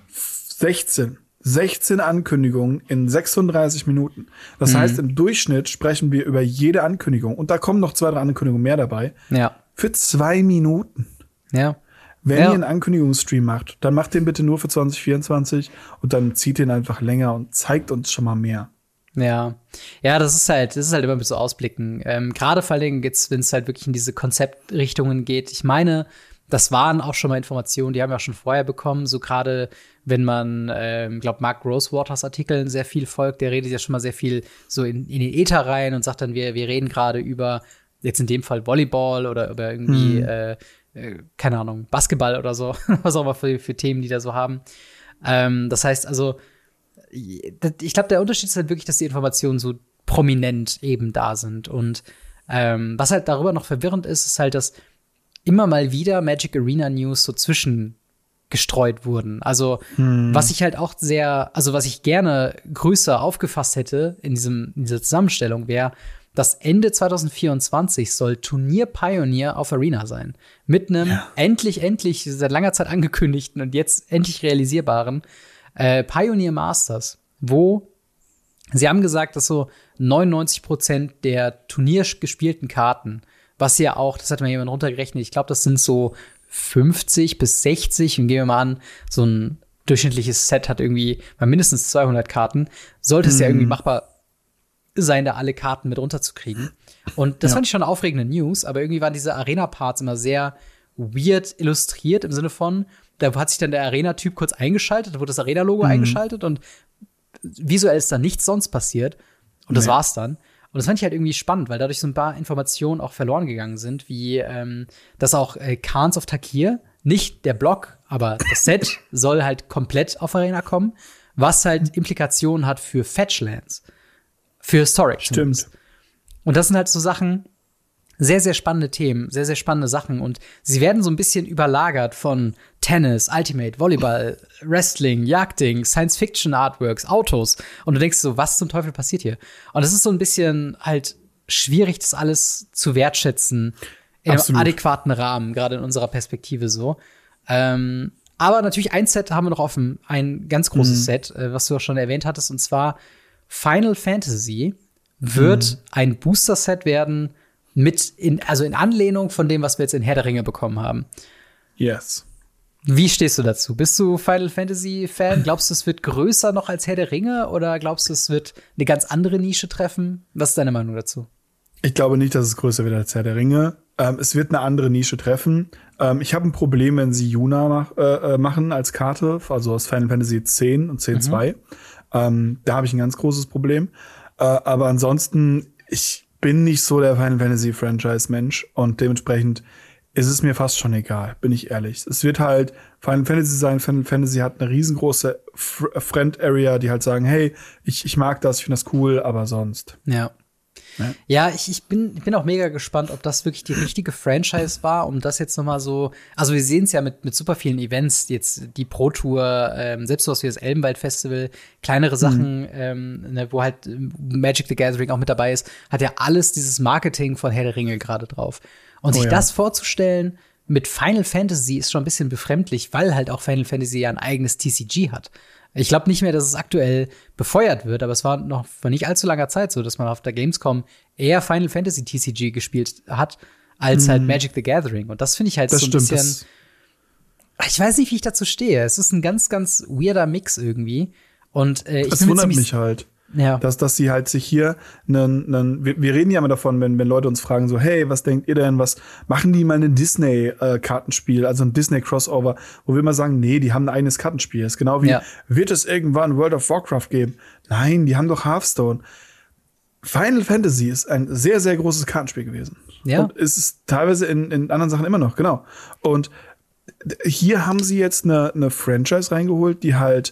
16 Ankündigungen in 36 Minuten. Das heißt, im Durchschnitt sprechen wir über jede Ankündigung. Und da kommen noch 2, 3 Ankündigungen mehr dabei. Ja. Für 2 Minuten. Ja. Wenn ihr einen Ankündigungsstream macht, dann macht den bitte nur für 2024 und dann zieht den einfach länger und zeigt uns schon mal mehr. Ja, das ist halt immer ein bisschen ausblicken. Gerade vor allem jetzt, wenn es halt wirklich in diese Konzeptrichtungen geht. Ich meine, das waren auch schon mal Informationen, die haben wir auch schon vorher bekommen. So gerade, wenn man, glaube Mark Rosewaters Artikeln sehr viel folgt, der redet ja schon mal sehr viel so in den Äther rein und sagt dann, wir reden gerade über jetzt in dem Fall Volleyball oder über irgendwie keine Ahnung, Basketball oder so, was auch immer für Themen, die da so haben. Das heißt also, ich glaube, der Unterschied ist halt wirklich, dass die Informationen so prominent eben da sind. Und was halt darüber noch verwirrend ist, ist halt, dass immer mal wieder Magic Arena News so zwischengestreut wurden. Also, was ich halt auch was ich gerne größer aufgefasst hätte in dieser Zusammenstellung wäre, dass Ende 2024 soll Turnier Pioneer auf Arena sein. Mit einem endlich seit langer Zeit angekündigten und jetzt endlich realisierbaren Pioneer Masters, wo sie haben gesagt, dass so 99% der turniergespielten Karten, was ja auch, das hat mir jemand runtergerechnet, ich glaube, das sind so 50 bis 60 und gehen wir mal an, so ein durchschnittliches Set hat irgendwie mal mindestens 200 Karten, sollte es ja irgendwie machbar sein, da alle Karten mit runterzukriegen. Und das fand ich schon eine aufregende News, aber irgendwie waren diese Arena-Parts immer sehr weird illustriert im Sinne von, da hat sich dann der Arena-Typ kurz eingeschaltet, da wurde das Arena-Logo eingeschaltet und visuell ist da nichts sonst passiert. Und das war's dann. Und das fand ich halt irgendwie spannend, weil dadurch so ein paar Informationen auch verloren gegangen sind, wie dass auch Khans of Takir, nicht der Block, aber das Set soll halt komplett auf Arena kommen, was halt Implikationen hat für Fetchlands. Für Storage. Stimmt. Zumindest. Und das sind halt so Sachen, sehr, sehr spannende Themen, sehr, sehr spannende Sachen. Und sie werden so ein bisschen überlagert von Tennis, Ultimate, Volleyball, Wrestling, Jagding, Science-Fiction-Artworks, Autos. Und du denkst so, was zum Teufel passiert hier? Und es ist so ein bisschen halt schwierig, das alles zu wertschätzen in einem adäquaten Rahmen, gerade in unserer Perspektive so. Aber natürlich ein Set haben wir noch offen, ein ganz großes Set, was du auch schon erwähnt hattest, und zwar Final Fantasy wird ein Booster-Set werden also in Anlehnung von dem, was wir jetzt in Herr der Ringe bekommen haben. Yes. Wie stehst du dazu? Bist du Final Fantasy-Fan? Glaubst du, es wird größer noch als Herr der Ringe? Oder glaubst du, es wird eine ganz andere Nische treffen? Was ist deine Meinung dazu? Ich glaube nicht, dass es größer wird als Herr der Ringe. Es wird eine andere Nische treffen. Ich habe ein Problem, wenn sie Yuna machen als Karte, also aus Final Fantasy X und X2. Da habe ich ein ganz großes Problem. Aber ansonsten, ich bin nicht so der Final Fantasy Franchise-Mensch und dementsprechend ist es mir fast schon egal, bin ich ehrlich. Es wird halt Final Fantasy sein. Final Fantasy hat eine riesengroße Friend-Area, die halt sagen, hey, ich mag das, ich finde das cool, aber sonst. Ja, ich bin auch mega gespannt, ob das wirklich die richtige Franchise war, um das jetzt noch mal so. Also wir sehen es ja mit super vielen Events, jetzt die Pro Tour, selbst sowas wie das Elbenwald Festival, kleinere Sachen, wo halt Magic the Gathering auch mit dabei ist, hat ja alles dieses Marketing von Herr der Ringe gerade drauf. Und sich das vorzustellen mit Final Fantasy ist schon ein bisschen befremdlich, weil halt auch Final Fantasy ja ein eigenes TCG hat. Ich glaube nicht mehr, dass es aktuell befeuert wird, aber es war noch vor nicht allzu langer Zeit so, dass man auf der Gamescom eher Final Fantasy TCG gespielt hat, als halt Magic the Gathering. Und das finde ich halt das so ein stimmt, bisschen. Ich weiß nicht, wie ich dazu stehe. Es ist ein ganz, ganz weirder Mix irgendwie. Und das wundert mich halt. Ja. Dass sie halt sich hier wir reden ja immer davon, wenn Leute uns fragen so, hey, was denkt ihr denn, was machen die mal ein Disney-Kartenspiel, also ein Disney-Crossover, wo wir immer sagen, nee, die haben ein eigenes Kartenspiel. Das ist genau wie, wird es irgendwann World of Warcraft geben? Nein, die haben doch Hearthstone. Final Fantasy ist ein sehr, sehr großes Kartenspiel gewesen. Ja. Und es ist teilweise in anderen Sachen immer noch, genau. Und hier haben sie jetzt eine Franchise reingeholt, die halt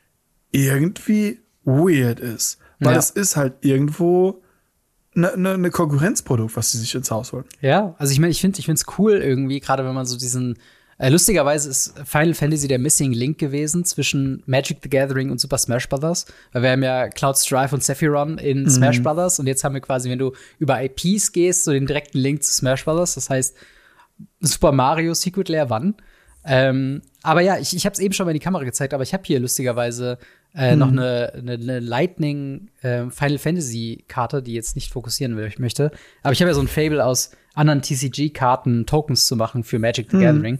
irgendwie weird ist. Weil es ist halt irgendwo eine Konkurrenzprodukt, was sie sich ins Haus holen. Ja, also ich meine, ich finde es cool irgendwie, gerade wenn man so diesen lustigerweise ist Final Fantasy der Missing Link gewesen zwischen Magic the Gathering und Super Smash Bros. Weil wir haben ja Cloud Strife und Sephiron in Smash Bros. Und jetzt haben wir quasi, wenn du über IPs gehst, so den direkten Link zu Smash Bros. Das heißt, Super Mario Secret Lair wann? Aber ja, ich habe es eben schon mal in die Kamera gezeigt, aber ich habe hier lustigerweise noch eine Lightning Final Fantasy Karte, die jetzt nicht fokussieren möchte. Aber ich habe ja so ein Fable aus anderen TCG-Karten Tokens zu machen für Magic the Gathering.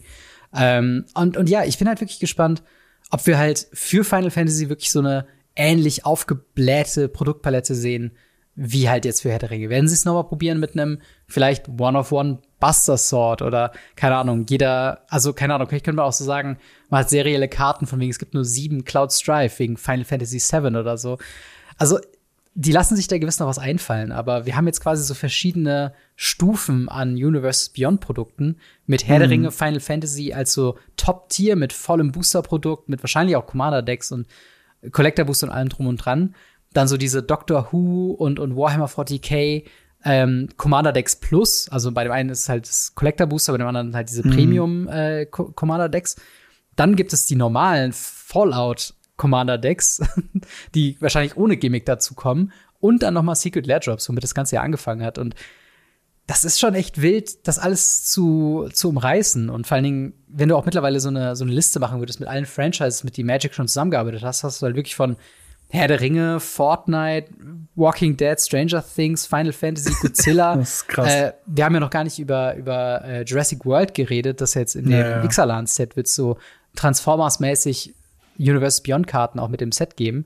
Und ja, ich bin halt wirklich gespannt, ob wir halt für Final Fantasy wirklich so eine ähnlich aufgeblähte Produktpalette sehen, wie halt jetzt für Herr der Ringe. Werden sie es noch mal probieren mit einem vielleicht One-of-One Buster Sword oder keine Ahnung, keine Ahnung, vielleicht können wir auch so sagen, man hat serielle Karten von wegen, es gibt nur 7 Cloud Strife wegen Final Fantasy VII oder so. Also, die lassen sich da gewiss noch was einfallen, aber wir haben jetzt quasi so verschiedene Stufen an Universes Beyond Produkten mit Herr der Ringe, Final Fantasy als so Top-Tier mit vollem Booster-Produkt, mit wahrscheinlich auch Commander-Decks und Collector-Booster und allem drum und dran. Dann so diese Doctor Who und Warhammer 40k Commander Decks Plus, also bei dem einen ist es halt das Collector Booster, bei dem anderen halt diese Premium Commander Decks. Dann gibt es die normalen Fallout Commander Decks, die wahrscheinlich ohne Gimmick dazu kommen und dann noch mal Secret Lair Drops, womit das Ganze ja angefangen hat. Und das ist schon echt wild, das alles zu umreißen. Und vor allen Dingen, wenn du auch mittlerweile so eine Liste machen würdest mit allen Franchises, mit die Magic schon zusammengearbeitet hast, hast du halt wirklich von Herr der Ringe, Fortnite, Walking Dead, Stranger Things, Final Fantasy, Godzilla. Das ist krass. Wir haben ja noch gar nicht über Jurassic World geredet, das jetzt in dem Ixalan-Set wird so Transformers-mäßig Universe Beyond-Karten auch mit dem Set geben.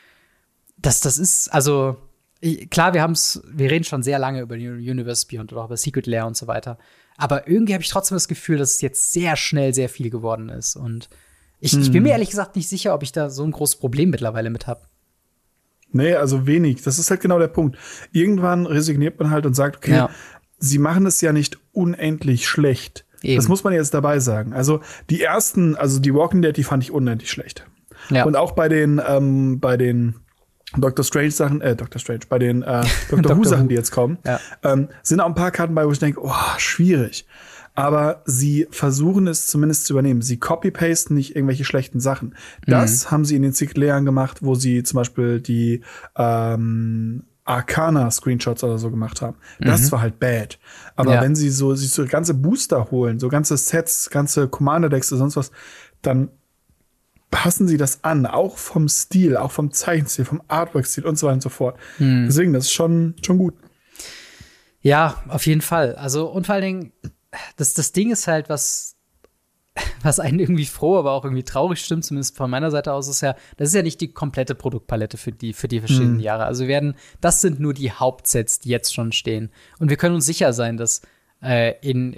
Das ist, also klar, wir reden schon sehr lange über Universe Beyond oder auch über Secret Lair und so weiter. Aber irgendwie habe ich trotzdem das Gefühl, dass es jetzt sehr schnell sehr viel geworden ist. Und ich bin mir ehrlich gesagt nicht sicher, ob ich da so ein großes Problem mittlerweile mit habe. Nee, also wenig. Das ist halt genau der Punkt. Irgendwann resigniert man halt und sagt, okay, sie machen es ja nicht unendlich schlecht. Eben. Das muss man jetzt dabei sagen. Also die ersten, also die Walking Dead, die fand ich unendlich schlecht. Ja. Und auch bei den Doctor Strange Sachen, bei den Doctor Who Sachen, die jetzt kommen, sind auch ein paar Karten bei, wo ich denke, oh, schwierig. Aber sie versuchen es zumindest zu übernehmen. Sie copy-pasten nicht irgendwelche schlechten Sachen. Das haben sie in den Secret Layern gemacht, wo sie zum Beispiel die Arcana-Screenshots oder so gemacht haben. Das war halt bad. Aber wenn sie sich so ganze Booster holen, so ganze Sets, ganze Commander-Decks oder sonst was, dann passen sie das an, auch vom Stil, auch vom Zeichenstil, vom Artwork-Stil und so weiter und so fort. Deswegen, das ist schon gut. Ja, auf jeden Fall. Also, und vor allen Dingen, das Ding ist halt, was einen irgendwie froh, aber auch irgendwie traurig stimmt, zumindest von meiner Seite aus, das ist ja nicht die komplette Produktpalette für die verschiedenen Jahre. Also das sind nur die Hauptsets, die jetzt schon stehen. Und wir können uns sicher sein, dass in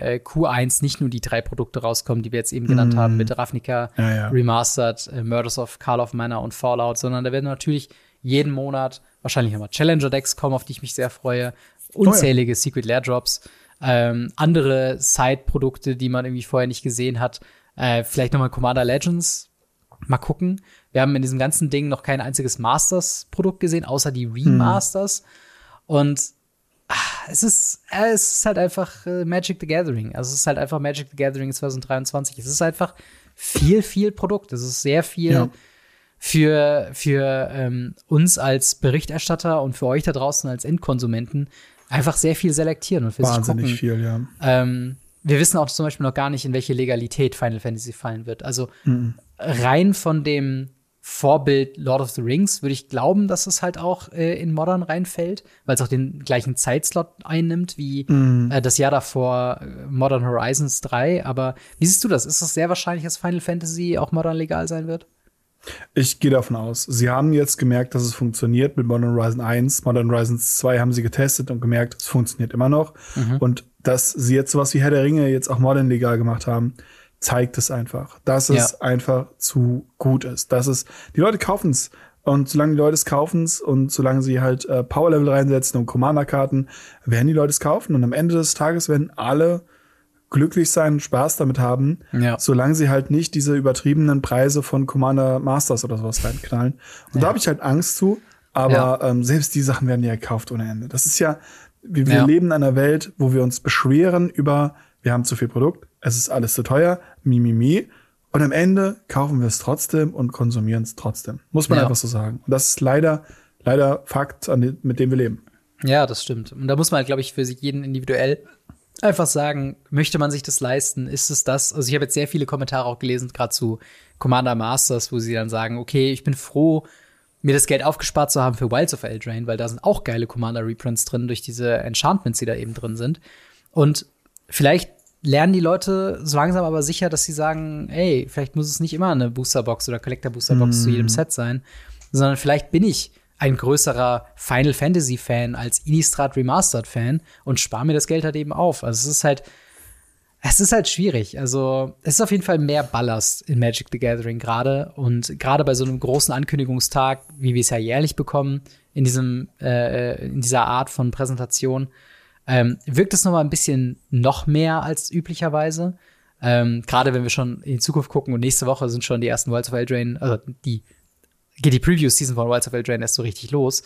Q1 nicht nur die 3 Produkte rauskommen, die wir jetzt eben genannt haben, mit Ravnica Remastered, Murders of Call of Mana und Fallout, sondern da werden natürlich jeden Monat wahrscheinlich nochmal Challenger-Decks kommen, auf die ich mich sehr freue, unzählige Secret Lair Drops, andere Side-Produkte, die man irgendwie vorher nicht gesehen hat, vielleicht nochmal Commander Legends, mal gucken. Wir haben in diesem ganzen Ding noch kein einziges Masters-Produkt gesehen, außer die Remasters. Und es ist halt einfach Magic the Gathering. Also es ist halt einfach Magic the Gathering 2023. Es ist einfach viel Produkt. Es ist sehr viel für uns als Berichterstatter und für euch da draußen als Endkonsumenten einfach sehr viel selektieren und für wahnsinnig sich gucken. Viel, ja. Wir wissen auch zum Beispiel noch gar nicht, in welche Legalität Final Fantasy fallen wird. Also rein von dem Vorbild Lord of the Rings würde ich glauben, dass es halt auch in Modern reinfällt, weil es auch den gleichen Zeitslot einnimmt wie das Jahr davor Modern Horizons 3. Aber wie siehst du das? Ist es sehr wahrscheinlich, dass Final Fantasy auch Modern legal sein wird? Ich gehe davon aus. Sie haben jetzt gemerkt, dass es funktioniert mit Modern Horizon 1. Modern Horizon 2 haben sie getestet und gemerkt, es funktioniert immer noch. Und dass sie jetzt sowas wie Herr der Ringe jetzt auch Modern legal gemacht haben, zeigt es einfach, dass es einfach zu gut ist. Die Leute kaufen es. Und solange die Leute es kaufen und solange sie halt Power-Level reinsetzen und Commander-Karten, werden die Leute es kaufen. Und am Ende des Tages werden alle glücklich sein und Spaß damit haben, solange sie halt nicht diese übertriebenen Preise von Commander Masters oder sowas reinknallen. Und da habe ich halt Angst zu, aber selbst die Sachen werden ja gekauft ohne Ende. Das ist ja, wir leben in einer Welt, wo wir uns beschweren über, wir haben zu viel Produkt, es ist alles zu teuer, mi. Und am Ende kaufen wir es trotzdem und konsumieren es trotzdem. Muss man einfach so sagen. Und das ist leider Fakt, mit dem wir leben. Ja, das stimmt. Und da muss man halt, glaube ich, für sich jeden individuell einfach sagen, möchte man sich das leisten? Ist es das? Also ich habe jetzt sehr viele Kommentare auch gelesen, gerade zu Commander Masters, wo sie dann sagen, okay, ich bin froh, mir das Geld aufgespart zu haben für Wilds of Eldraine, weil da sind auch geile Commander-Reprints drin, durch diese Enchantments, die da eben drin sind. Und vielleicht lernen die Leute so langsam aber sicher, dass sie sagen, ey, vielleicht muss es nicht immer eine Boosterbox oder Collector-Boosterbox zu jedem Set sein, sondern vielleicht bin ich ein größerer Final Fantasy-Fan als Innistrad Remastered-Fan und spare mir das Geld halt eben auf. Also es ist halt schwierig. Also es ist auf jeden Fall mehr Ballast in Magic the Gathering gerade. Und gerade bei so einem großen Ankündigungstag, wie wir es ja jährlich bekommen, in dieser Art von Präsentation, wirkt es noch mal ein bisschen noch mehr als üblicherweise. Gerade wenn wir schon in die Zukunft gucken und nächste Woche sind schon die ersten Wilds of Eldraine, also geht die Preview-Season von Wilds of Eldraine erst so richtig los.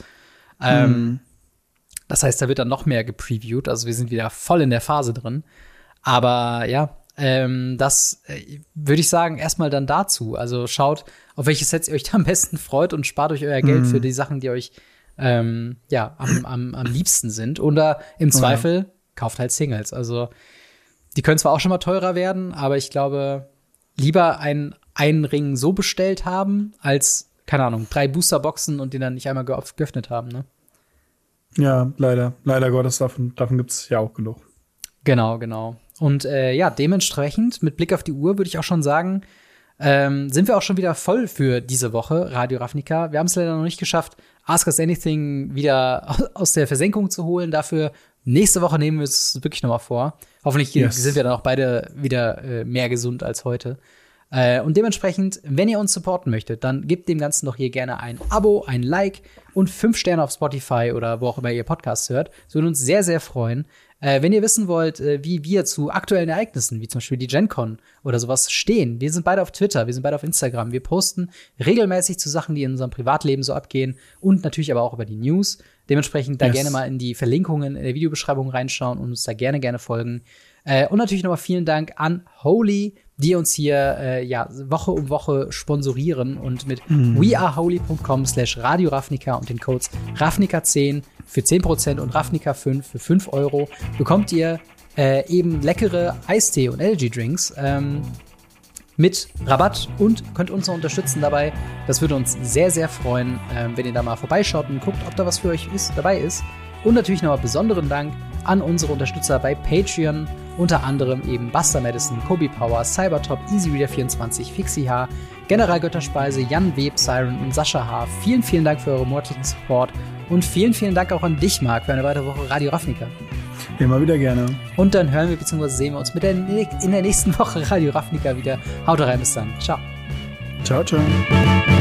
Das heißt, da wird dann noch mehr gepreviewt. Also wir sind wieder voll in der Phase drin. Aber ja, das würde ich sagen, erstmal dann dazu. Also schaut, auf welche Sets ihr euch da am besten freut und spart euch euer Geld für die Sachen, die euch am liebsten sind. Oder im Zweifel kauft halt Singles. Also die können zwar auch schon mal teurer werden, aber ich glaube, lieber einen Ring so bestellt haben, als keine Ahnung, 3 Boosterboxen und den dann nicht einmal geöffnet haben, ne? Ja, leider Gottes, davon gibt's ja auch genug. Genau. Und dementsprechend, mit Blick auf die Uhr, würde ich auch schon sagen, sind wir auch schon wieder voll für diese Woche, Radio Ravnica. Wir haben es leider noch nicht geschafft, Ask Us Anything wieder aus der Versenkung zu holen. Dafür nächste Woche nehmen wir es wirklich noch mal vor. Hoffentlich sind wir dann auch beide wieder mehr gesund als heute. Und dementsprechend, wenn ihr uns supporten möchtet, dann gebt dem Ganzen doch hier gerne ein Abo, ein Like und 5 Sterne auf Spotify oder wo auch immer ihr Podcasts hört. Das würde uns sehr, sehr freuen. Wenn ihr wissen wollt, wie wir zu aktuellen Ereignissen, wie zum Beispiel die GenCon oder sowas stehen, wir sind beide auf Twitter, wir sind beide auf Instagram, wir posten regelmäßig zu Sachen, die in unserem Privatleben so abgehen und natürlich aber auch über die News. Dementsprechend da gerne mal in die Verlinkungen in der Videobeschreibung reinschauen und uns da gerne folgen. Und natürlich nochmal vielen Dank an Holy, die uns hier Woche um Woche sponsorieren und mit weareholy.com/Radio Ravnica und den Codes Ravnica10 für 10% und Ravnica5 für 5 € bekommt ihr eben leckere Eistee und Energy Drinks. mit Rabatt und könnt uns noch unterstützen dabei. Das würde uns sehr, sehr freuen, wenn ihr da mal vorbeischaut und guckt, ob da was für euch dabei ist. Und natürlich nochmal besonderen Dank an unsere Unterstützer bei Patreon, unter anderem eben Buster Madison, Kobe Power, Cybertop, EasyReader24, Fixie H, General Götterspeise, Jan Web, Siren und Sascha H. Vielen, vielen Dank für euren monatlichen Support und vielen, vielen Dank auch an dich, Marc, für eine weitere Woche Radio Ravnica. Immer wieder gerne. Und dann hören wir bzw. sehen wir uns in der nächsten Woche Radio Ravnica wieder. Haut rein, bis dann. Ciao. Ciao, ciao.